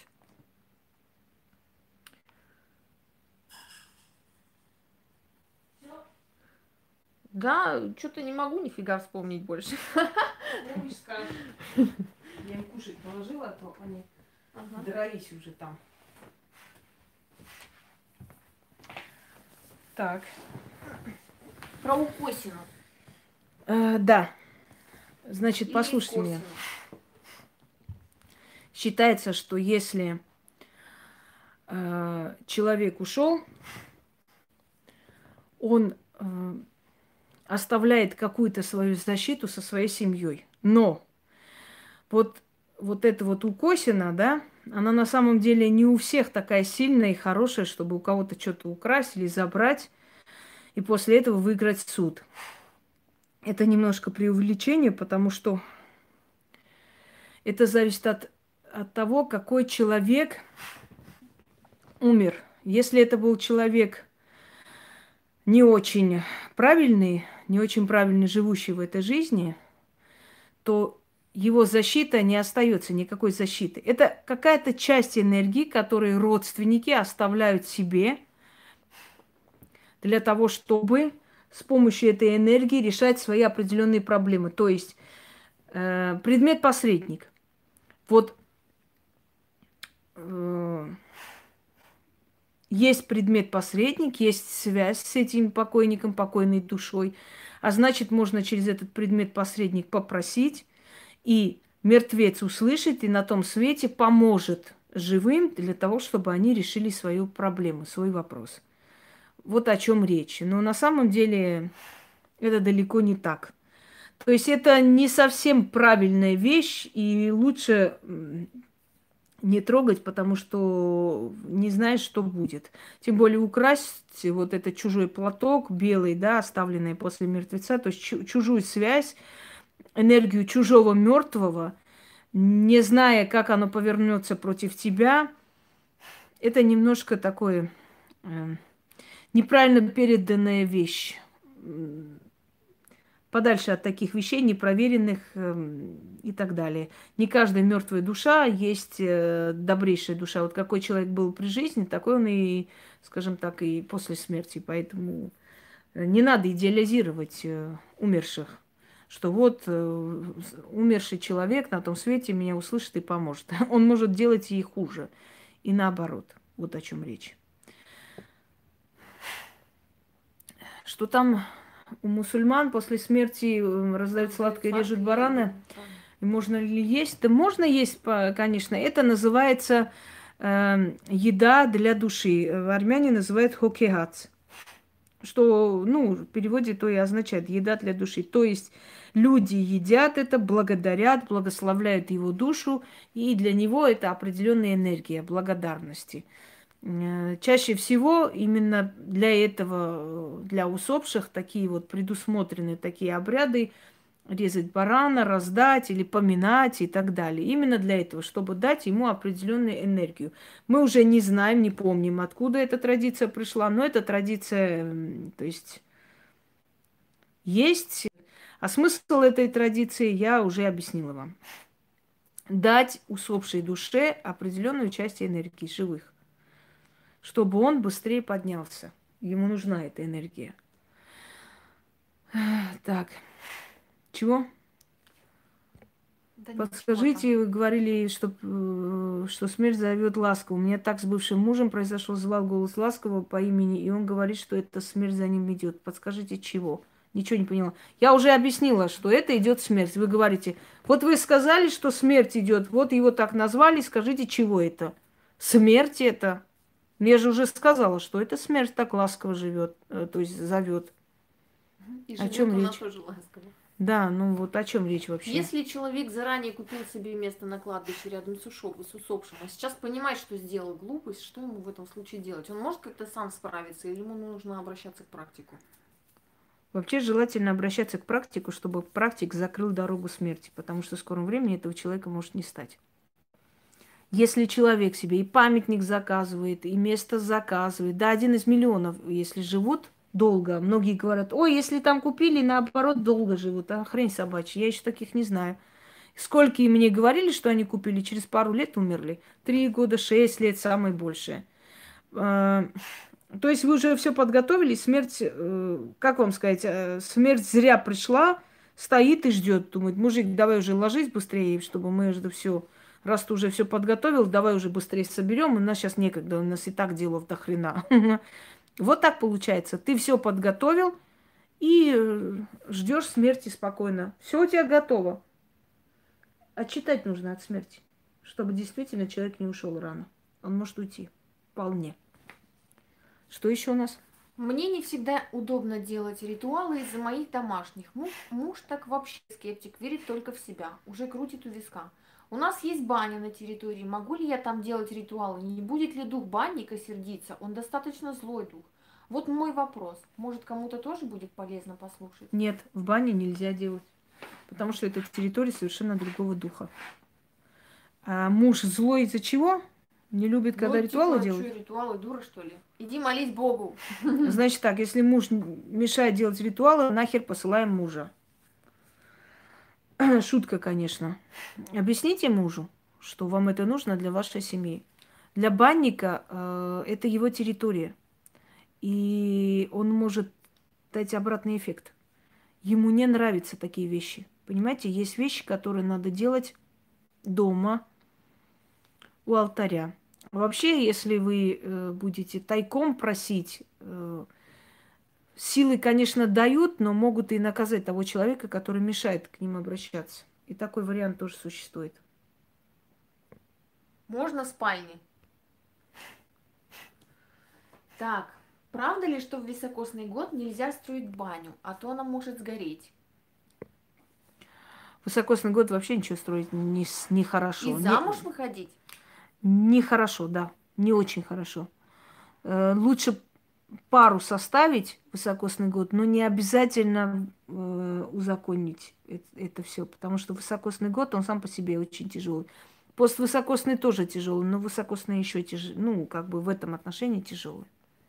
Да, что-то не могу нифига вспомнить больше. Я им кушать положила, а то они дрались уже там. Так. Про Укосину. Да. Значит, Или послушайте меня. Косину. Считается, что если человек ушел, он оставляет какую-то свою защиту со своей семьей. Но вот эта вот укосина, да, она на самом деле не у всех такая сильная и хорошая, чтобы у кого-то что-то украсть или забрать, и после этого выиграть суд. Это немножко преувеличение, потому что это зависит от того, какой человек умер. Если это был человек не очень правильный, не очень правильно живущий в этой жизни, то его защита не остается, никакой защиты. Это какая-то часть энергии, которую родственники оставляют себе для того, чтобы с помощью этой энергии решать свои определенные проблемы. То есть предмет-посредник. Вот есть предмет-посредник, есть связь с этим покойником, покойной душой. А значит, можно через этот предмет-посредник попросить, и мертвец услышит, и на том свете поможет живым для того, чтобы они решили свою проблему, свой вопрос. Вот о чем речь. Но на самом деле это далеко не так. То есть это не совсем правильная вещь, и лучше не трогать, потому что не знаешь, что будет. Тем более украсть вот этот чужой платок белый, да, оставленный после мертвеца, то есть чужую связь, энергию чужого мертвого, не зная, как оно повернется против тебя, это немножко такое неправильно переданная вещь. Подальше от таких вещей, непроверенных и так далее. Не каждая мертвая душа есть добрейшая душа. Вот какой человек был при жизни, такой он и, скажем так, и после смерти. Поэтому не надо идеализировать умерших, что вот умерший человек на том свете меня услышит и поможет. Он может делать и хуже. И наоборот. Вот о чем речь. Что там у мусульман после смерти раздают сладкое, режут барана? И можно ли есть? Да можно есть, конечно. Это называется еда для души. Армяне называют хокегац. Что, ну, в переводе то и означает еда для души. То есть люди едят это, благодарят, благословляют его душу, и для него это определенная энергия благодарности. Чаще всего именно для этого, для усопших, такие вот предусмотрены такие обряды резать барана, раздать или поминать и так далее. Именно для этого, чтобы дать ему определенную энергию. Мы уже не знаем, не помним, откуда эта традиция пришла, но эта традиция, то есть. А смысл этой традиции я уже объяснила вам. Дать усопшей душе определенную часть энергии живых, чтобы он быстрее поднялся. Ему нужна эта энергия. Так, чего? Да ничего там. Подскажите, вы говорили, что смерть зовет ласково. У меня так с бывшим мужем произошел, звал голос ласкового по имени, и он говорит, что эта смерть за ним идет. Подскажите, чего? Ничего не поняла. Я уже объяснила, что это идет смерть. Вы говорите, вот вы сказали, что смерть идет, вот его так назвали, скажите, чего это? Смерть это. Я же уже сказала, что это смерть так ласково живет, то есть зовет. И О живет чем она речь? тоже ласково. Да, ну вот о чем речь вообще? Если человек заранее купил себе место на кладбище рядом с усопшим, а сейчас понимает, что сделал глупость, что ему в этом случае делать? Он может как-то сам справиться или ему нужно обращаться к практику? Вообще желательно обращаться к практику, чтобы практик закрыл дорогу смерти, потому что в скором времени этого человека может не стать. Если человек себе и памятник заказывает, и место заказывает, да, 1 из миллионов, если живут долго, многие говорят, ой, если там купили, наоборот, долго живут, а хрень собачья, я еще таких не знаю. Сколько и мне говорили, что они купили, через пару лет умерли. 3 года, 6 лет, самое большее. То есть вы уже все подготовили, смерть, как вам сказать, смерть зря пришла, стоит и ждет, думает, мужик, давай уже ложись быстрее, чтобы мы это все, раз ты уже все подготовил, давай уже быстрее соберем, у нас сейчас некогда, у нас и так делов до хрена. Вот так получается. Ты все подготовил и ждешь смерти спокойно. Все у тебя готово. Отчитать нужно от смерти, чтобы действительно человек не ушел рано. Он может уйти. Вполне. Что еще у нас? Мне не всегда удобно делать ритуалы из-за моих домашних. Муж так вообще скептик, верит только в себя, уже крутит у виска. У нас есть баня на территории, могу ли я там делать ритуалы? Не будет ли дух банника сердиться? Он достаточно злой дух. Вот мой вопрос. Может, кому-то тоже будет полезно послушать? Нет, в бане нельзя делать, потому что это территория совершенно другого духа. А муж злой из-за чего? Не любит, когда Ну, ритуалы типа, делают? что, ритуалы, дура, что ли? Иди молись Богу. Значит так, если муж мешает делать ритуалы, нахер посылаем мужа. Шутка, конечно. Объясните мужу, что вам это нужно для вашей семьи. Для банника это его территория. И он может дать обратный эффект. Ему не нравятся такие вещи. Понимаете, есть вещи, которые надо делать дома, у алтаря. Вообще, если вы будете тайком просить, силы, конечно, дают, но могут и наказать того человека, который мешает к ним обращаться. И такой вариант тоже существует. Можно в спальне. Так, правда ли, что в високосный год нельзя строить баню, а то она может сгореть? В высокосный год вообще ничего строить не И хорошо. замуж выходить? Не хорошо, да. Не очень хорошо. Лучше пару составить в высокосный год, но не обязательно узаконить это все, потому что высокосный год, он сам по себе очень тяжелый. Поствысокосный тоже тяжелый, но высокосный еще тяжелый. Ну, как бы в этом отношении тяжелый.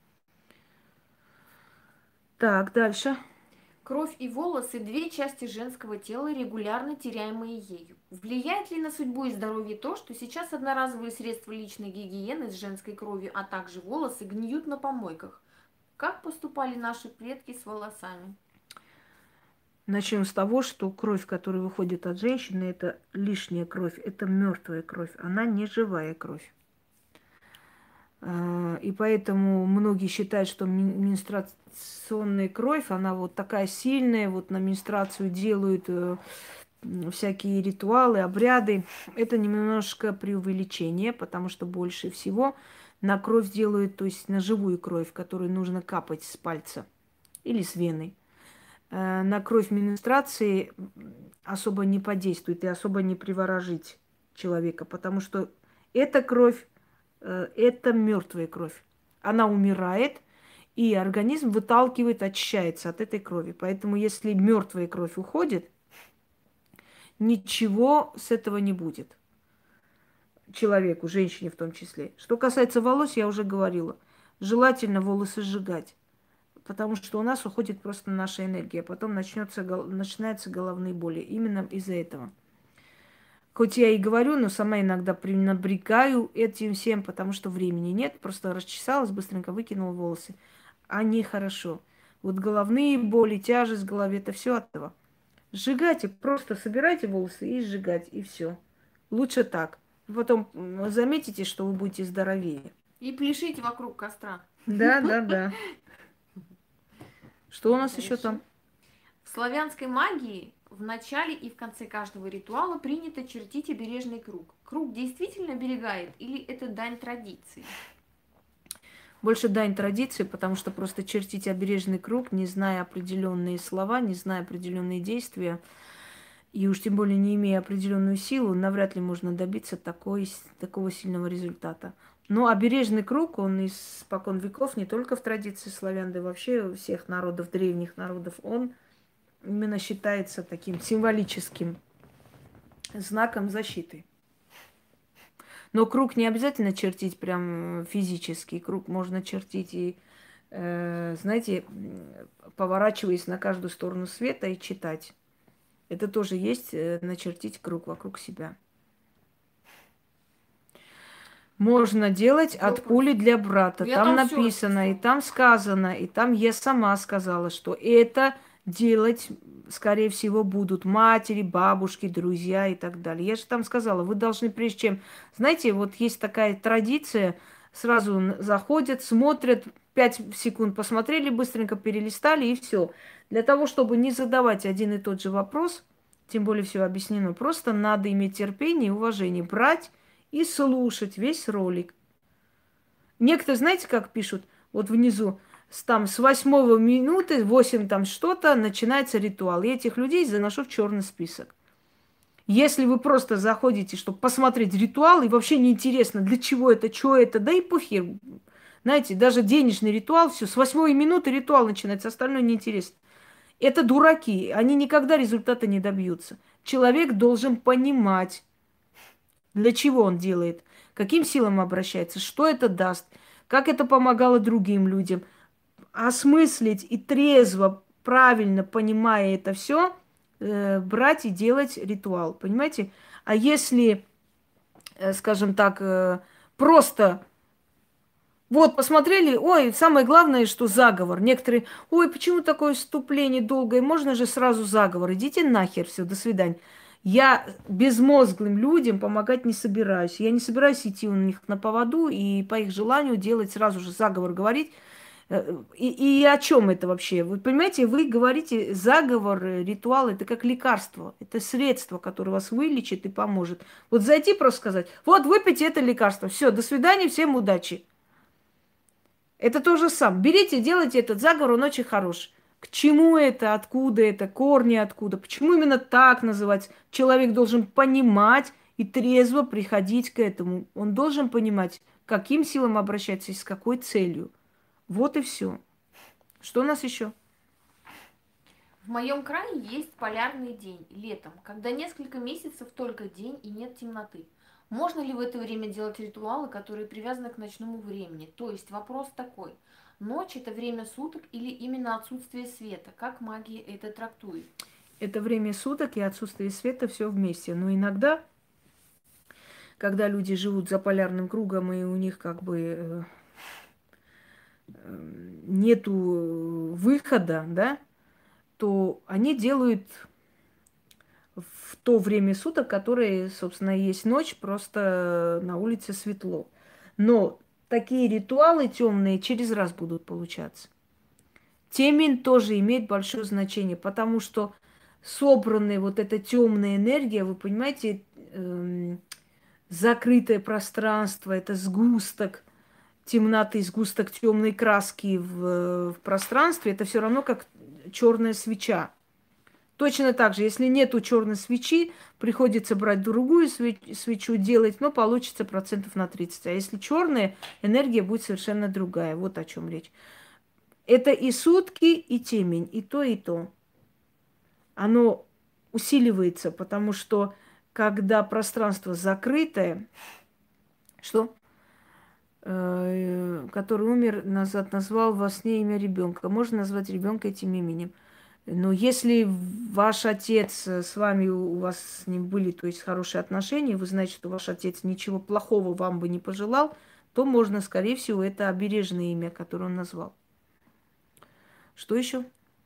Так, дальше. Кровь и волосы– две части женского тела, регулярно теряемые ею. Влияет ли на судьбу и здоровье то, что сейчас одноразовые средства личной гигиены с женской кровью, а также волосы гниют на помойках? Как поступали наши предки с волосами? Начнем с того, что кровь, которая выходит от женщины, это лишняя кровь, это мертвая кровь, она не живая кровь. И поэтому многие считают, что менструационная кровь, она вот такая сильная, вот на менструацию делают всякие ритуалы, обряды. Это немножко преувеличение, потому что больше всего на кровь делают, то есть на живую кровь, которую нужно капать с пальца или с вены. На кровь менструации особо не подействует и особо не приворожить человека, потому что эта кровь это мертвая кровь. Она умирает, и организм выталкивает, очищается от этой крови. Поэтому, если мертвая кровь уходит, ничего с этого не будет. Человеку, женщине в том числе. Что касается волос, я уже говорила. Желательно волосы сжигать. Потому что у нас уходит просто наша энергия. Потом начинаются головные боли. Именно из-за этого. Хоть я и говорю, но сама иногда пренебрегаю этим всем, потому что времени нет. Просто расчесалась, быстренько выкинула волосы. А нехорошо. Вот головные боли, тяжесть в голове, это все от этого. Сжигайте, просто собирайте волосы и сжигать, и все. Лучше так. Потом заметите, что вы будете здоровее. И пляшите вокруг костра. Да, да, да. Что у нас еще Дальше. там? В славянской магии в начале и в конце каждого ритуала принято чертить обережный круг. Круг действительно оберегает или это дань традиции? Больше дань традиции, потому что просто чертить обережный круг, не зная определенные слова, не зная определенные действия, и уж тем более не имея определенную силу, навряд ли можно добиться такого сильного результата. Но обережный круг, он испокон веков, не только в традиции славян, да и вообще у всех народов, древних народов, он именно считается таким символическим знаком защиты. Но круг не обязательно чертить прям физически. Круг можно чертить и, знаете, поворачиваясь на каждую сторону света и читать. Это тоже есть начертить круг вокруг себя. Можно делать от пули для брата. Я Там там всё написано, и расписала. там сказано, и там я сама сказала, что это делать, скорее всего, будут матери, бабушки, друзья и так далее. Я же там сказала, вы должны, прежде чем... Знаете, вот есть такая традиция, сразу заходят, смотрят, 5 секунд посмотрели, быстренько перелистали, и все. Для того, чтобы не задавать один и тот же вопрос, тем более все объяснено, просто надо иметь терпение и уважение, брать и слушать весь ролик. Некоторые, знаете, как пишут? Вот внизу, с 8 минуты, 8 там что-то, начинается ритуал. И этих людей заношу в черный список. Если вы просто заходите, чтобы посмотреть ритуал, и вообще неинтересно, для чего это, что это, да и похер. Знаете, даже денежный ритуал, все, с 8 минуты ритуал начинается, остальное неинтересно. Это дураки, они никогда результата не добьются. Человек должен понимать, для чего он делает, каким силам обращается, что это даст, как это помогало другим людям. Осмыслить и трезво, правильно понимая это все, брать и делать ритуал. Понимаете? А если, скажем так, просто вот, посмотрели, ой, самое главное, что заговор. Некоторые, ой, почему такое вступление долгое? Можно же сразу заговор. Идите нахер, все, до свидания. Я безмозглым людям помогать не собираюсь. Я не собираюсь идти у них на поводу и по их желанию делать сразу же заговор, говорить. И о чем это вообще? Вы понимаете, вы говорите заговор, ритуал, это как лекарство. Это средство, которое вас вылечит и поможет. Вот зайти просто сказать, вот выпейте это лекарство. Все, до свидания, всем удачи. Это то же самое. Берите, делайте этот заговор, он очень хорош. К чему это, откуда это, корни откуда, почему именно так называть? Человек должен понимать и трезво приходить к этому. Он должен понимать, к каким силам обращаться и с какой целью. Вот и все. Что у нас еще? В моем крае есть полярный день летом, когда несколько месяцев только день и нет темноты. Можно ли в это время делать ритуалы, которые привязаны к ночному времени? То есть вопрос такой. Ночь – это время суток или именно отсутствие света? Как магия это трактует? Это время суток и отсутствие света все вместе. Но иногда, когда люди живут за полярным кругом, и у них как бы нету выхода, да, то они делают в то время суток, которое, собственно, есть ночь, просто на улице светло. Но такие ритуалы темные через раз будут получаться. Темень тоже имеет большое значение, потому что собранная вот эта темная энергия, вы понимаете, закрытое пространство, это сгусток темноты, сгусток темной краски в пространстве, это все равно как черная свеча. Точно так же, если нету черной свечи, приходится брать другую свечу, делать, но получится процентов на 30. А если черная, энергия будет совершенно другая. Вот о чем речь. Это и сутки, и темень, и то, и то. Оно усиливается, потому что когда пространство закрытое, что который умер назад, назвал во сне имя ребенка. Можно назвать ребенка этим именем. Но если ваш отец с вами, у вас с ним были, то есть хорошие отношения, вы знаете, что ваш отец ничего плохого вам бы не пожелал, то можно, скорее всего, это обережное имя, которое он назвал. Что еще?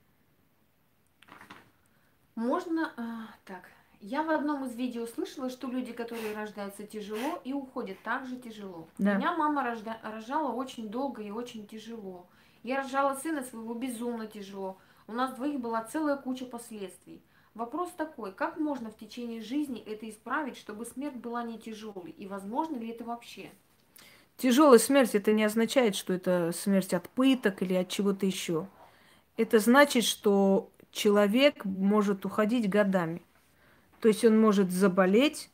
Можно, так. Я в одном из видео слышала, что люди, которые рождаются тяжело и уходят также тяжело. Да. Меня мама рожала очень долго и очень тяжело. Я рожала сына своего безумно тяжело. У нас двоих была целая куча последствий. Вопрос такой, как можно в течение жизни это исправить, чтобы смерть была не тяжелой? И возможно ли это вообще? Тяжелая смерть это не означает, что это смерть от пыток или от чего-то еще. Это значит, что человек может уходить годами. То есть он может заболеть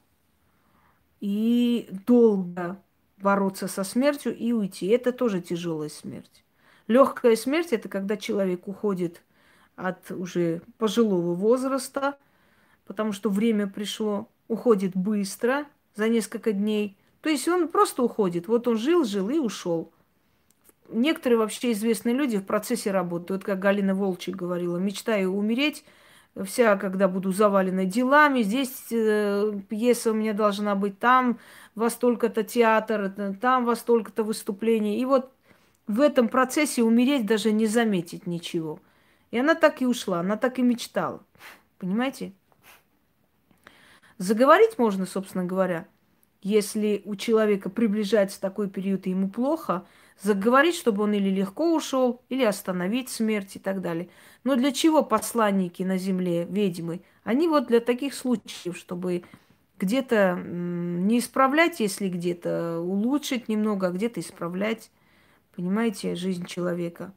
и долго бороться со смертью и уйти. Это тоже тяжелая смерть. Легкая смерть это когда человек уходит от уже пожилого возраста, потому что время пришло, уходит быстро, за несколько дней. То есть он просто уходит. Вот он жил и ушел. Некоторые вообще известные люди в процессе работы, вот как Галина Волчек говорила, мечтаю умереть, вся, когда буду завалена делами, здесь пьеса у меня должна быть, там во столько-то театр, там во столько-то выступлений. И вот в этом процессе умереть, даже не заметить ничего. И она так и ушла, она так и мечтала. Понимаете? Заговорить можно, собственно говоря, если у человека приближается такой период и ему плохо, заговорить, чтобы он или легко ушел, или остановить смерть и так далее. Но для чего посланники на земле, ведьмы? Они вот для таких случаев, чтобы где-то не исправлять, если где-то улучшить немного, а где-то исправлять, понимаете, жизнь человека.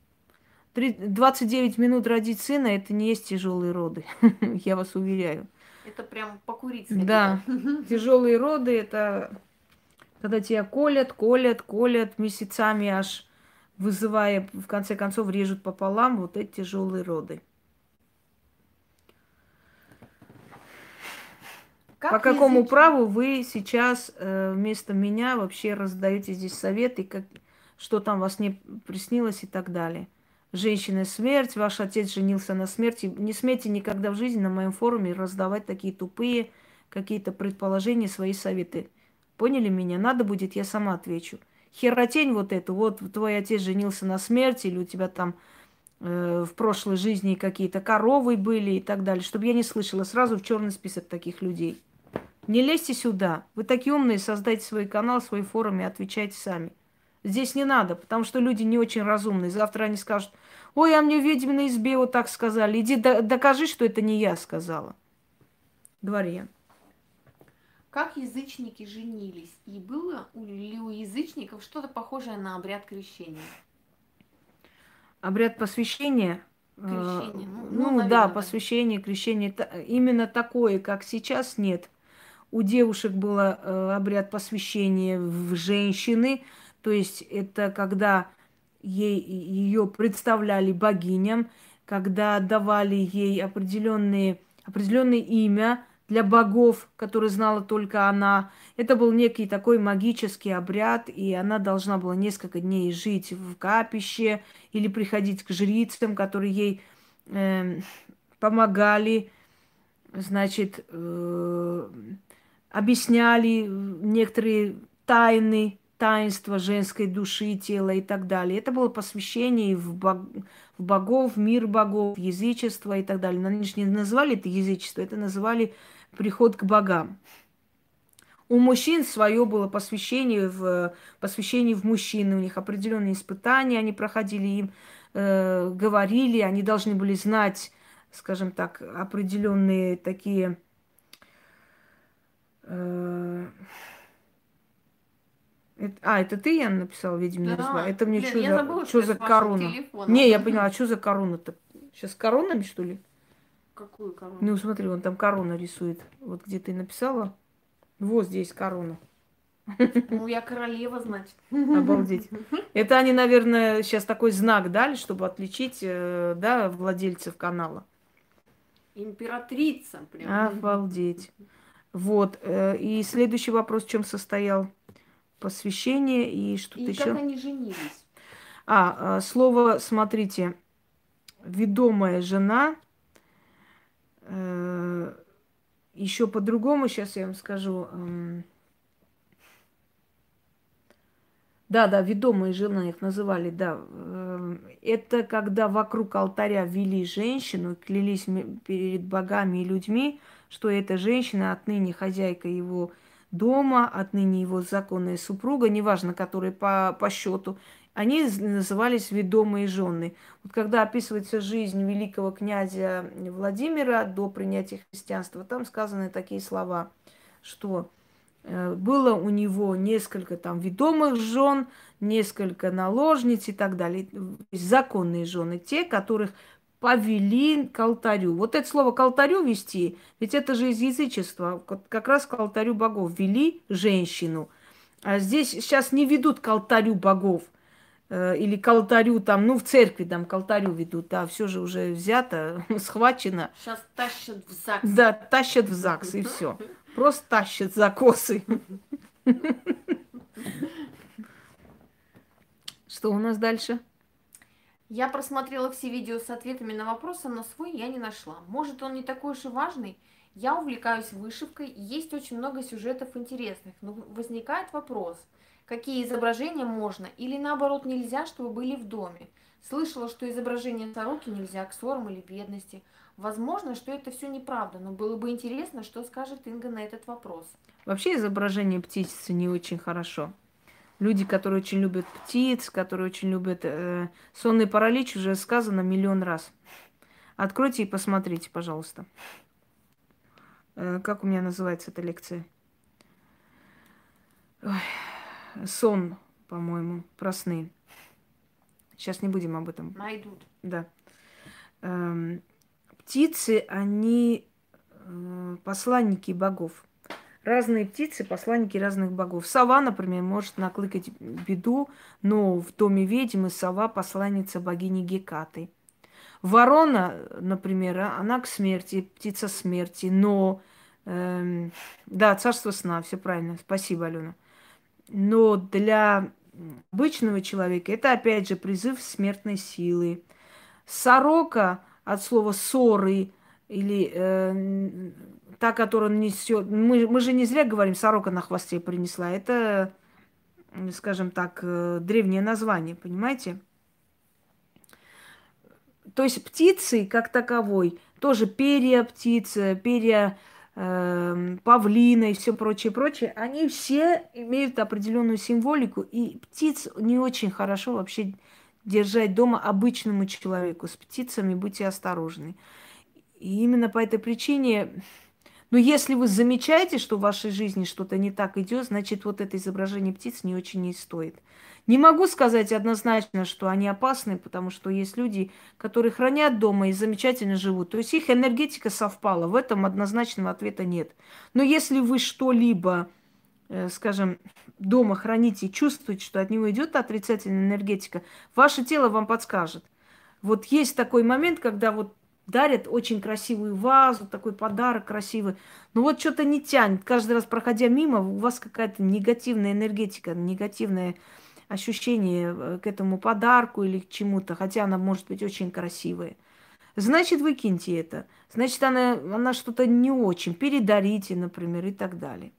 29 минут родить сына – это не есть тяжелые роды, я вас уверяю. Это прям покурить Да, тяжелые роды – это когда тебя колят месяцами, аж вызывая, в конце концов, режут пополам, вот эти тяжелые роды. По какому праву вы сейчас вместо меня вообще раздаете здесь советы, как, что там вас не приснилось и так далее? Женщина смерть, ваш отец женился на смерти. Не смейте никогда в жизни на моем форуме раздавать такие тупые какие-то предположения, свои советы. Поняли меня? Надо будет, я сама отвечу. Херотень вот эту, вот твой отец женился на смерти, или у тебя там в прошлой жизни какие-то коровы были и так далее, чтобы я не слышала сразу в черный список таких людей. Не лезьте сюда. Вы такие умные, создайте свой канал, свой форум и отвечайте сами. Здесь не надо, потому что люди не очень разумные. Завтра они скажут, ой, а мне в ведьминой избе вот так сказали. Иди докажи, что это не я сказала. Говори. Как язычники женились? И было ли у язычников что-то похожее на обряд крещения? Обряд посвящения? Крещение. Ну да, посвящение, крещение. Именно такое, как сейчас, нет. У девушек был обряд посвящения в женщины, то есть это когда ее представляли богиням, когда давали ей определенное имя для богов, которые знала только она. Это был некий такой магический обряд, и она должна была несколько дней жить в капище или приходить к жрицам, которые ей помогали, значит, объясняли некоторые таинства женской души, тела и так далее. Это было посвящение в богов, в мир богов, язычество и так далее. Но они же не называли это язычество, это называли приход к богам. У мужчин свое было посвящение в мужчины. У них определенные испытания они проходили, им говорили, они должны были знать, скажем так, определенные такие это ты, Яна, написала «Ведьмина резьба»? Это мне что за корона? Не, я поняла, что за корона-то? Сейчас с коронами, что ли? Какую корону? Ну, смотри, вон там корона рисует. Вот где ты написала. Вот здесь корона. Ну, я королева, значит. Обалдеть. Это они, наверное, сейчас такой знак дали, чтобы отличить, да, владельцев канала. Императрица прям. Обалдеть. Вот. И следующий вопрос в чем состоял? Посвящение и что-то И как еще. они женились? Слово, смотрите, ведомая жена, еще по-другому, сейчас я вам скажу. Да, ведомые жены их называли, да. Это когда вокруг алтаря вели женщину, клялись перед богами и людьми, что эта женщина отныне хозяйка его дома, отныне его законная супруга, неважно, которая по счету. Они назывались ведомые жены. Вот когда описывается жизнь великого князя Владимира до принятия христианства, там сказаны такие слова, что было у него несколько там ведомых жен, несколько наложниц и так далее. То есть законные жены, те, которых повели к алтарю. Вот это слово к алтарю вести, ведь это же из язычества, как раз к алтарю богов вели женщину. А здесь сейчас не ведут к алтарю богов, или к алтарю там, ну, в церкви там к алтарю ведут, да, все же уже взято, схвачено. Сейчас тащат в ЗАГС. Да, тащат в ЗАГС, и все. Просто тащат за косы. Что у нас дальше? Я просмотрела все видео с ответами на вопросы, но свой я не нашла. Может, он не такой уж и важный? Я увлекаюсь вышивкой, и есть очень много сюжетов интересных. Но возникает вопрос, какие изображения можно или наоборот нельзя, чтобы были в доме? Слышала, что изображение сороки нельзя к ссорам или бедности. Возможно, что это все неправда, но было бы интересно, что скажет Инга на этот вопрос. Вообще изображение птицы не очень хорошо. Люди, которые очень любят птиц, которые очень любят сонный паралич, уже сказано миллион раз. Откройте и посмотрите, пожалуйста. Как у меня называется эта лекция? Сон, по-моему, про сны. Сейчас не будем об этом. Найдут. Да. Птицы, они посланники богов. Разные птицы, посланники разных богов. Сова, например, может накликать беду, но в доме ведьмы сова посланница богини Гекаты. Ворона, например, она к смерти, птица смерти, но... да, царство сна, все правильно. Спасибо, Алена. Но для обычного человека это, опять же, призыв смертной силы. Сорока от слова ссоры или та, которая несет. Мы же не зря говорим, сорока на хвосте принесла. Это, скажем так, древнее название, понимаете? То есть птицы, как таковой, тоже перья птицы, перья павлина и все прочее, прочее, они все имеют определенную символику, и птиц не очень хорошо вообще держать дома обычному человеку. С птицами будьте осторожны. И именно по этой причине, ну, если вы замечаете, что в вашей жизни что-то не так идет, значит, вот это изображение птиц не очень не стоит. Не могу сказать однозначно, что они опасны, потому что есть люди, которые хранят дома и замечательно живут. То есть их энергетика совпала. В этом однозначного ответа нет. Но если вы что-либо, скажем, дома храните и чувствуете, что от него идет отрицательная энергетика, ваше тело вам подскажет. Вот есть такой момент, когда вот дарят очень красивую вазу, такой подарок красивый. Но вот что-то не тянет. Каждый раз, проходя мимо, у вас какая-то негативная энергетика, негативное ощущение к этому подарку или к чему-то, хотя она может быть очень красивая. Значит, выкиньте это. Значит, она что-то не очень. Передарите, например, и так далее.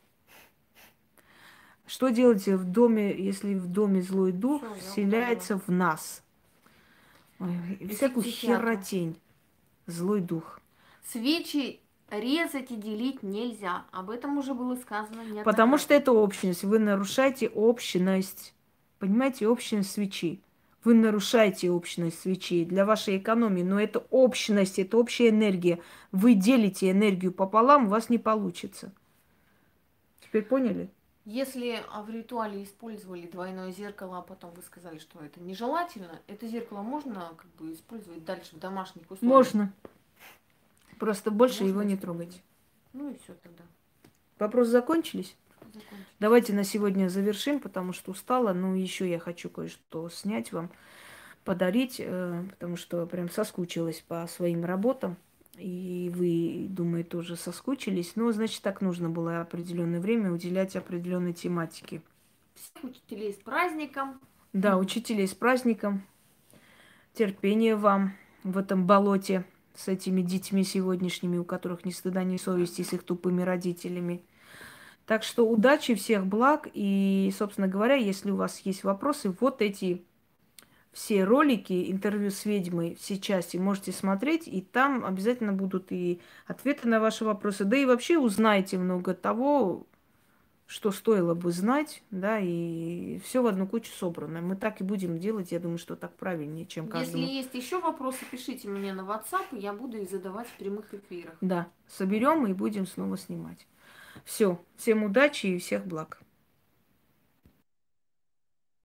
Что делать в доме, если в доме злой дух вселяется в нас? Ой, всякую херотень. Злой дух. Свечи резать и делить нельзя. Об этом уже было сказано неоднократно. Потому что это общность. Вы нарушаете общность. Понимаете, общность свечи. Вы нарушаете общность свечи для вашей экономии. Но это общность, это общая энергия. Вы делите энергию пополам, у вас не получится. Теперь поняли? Если в ритуале использовали двойное зеркало, а потом вы сказали, что это нежелательно, это зеркало можно как бы использовать дальше в домашних условиях? Можно. Просто больше Можно его не использовать. трогать. Ну и все тогда. Вопросы закончились? Закончим. Давайте на сегодня завершим, потому что устала. Ну, еще я хочу кое-что снять вам, подарить, потому что прям соскучилась по своим работам. И вы, думаю, тоже соскучились. Но, значит, так нужно было определенное время уделять определенной тематике. Всех учителей с праздником. Да, учителей с праздником. Терпения вам в этом болоте с этими детьми сегодняшними, у которых ни стыда, ни совести, с их тупыми родителями. Так что удачи, всех благ. И, собственно говоря, если у вас есть вопросы, вот эти все ролики, интервью с ведьмой, все части можете смотреть, и там обязательно будут и ответы на ваши вопросы. Да и вообще узнаете много того, что стоило бы знать, да, и все в одну кучу собрано. Мы так и будем делать, я думаю, что так правильнее, чем Если каждому. есть еще вопросы, пишите мне на WhatsApp, и я буду их задавать в прямых эфирах. Да, соберем и будем снова снимать. Все, всем удачи и всех благ.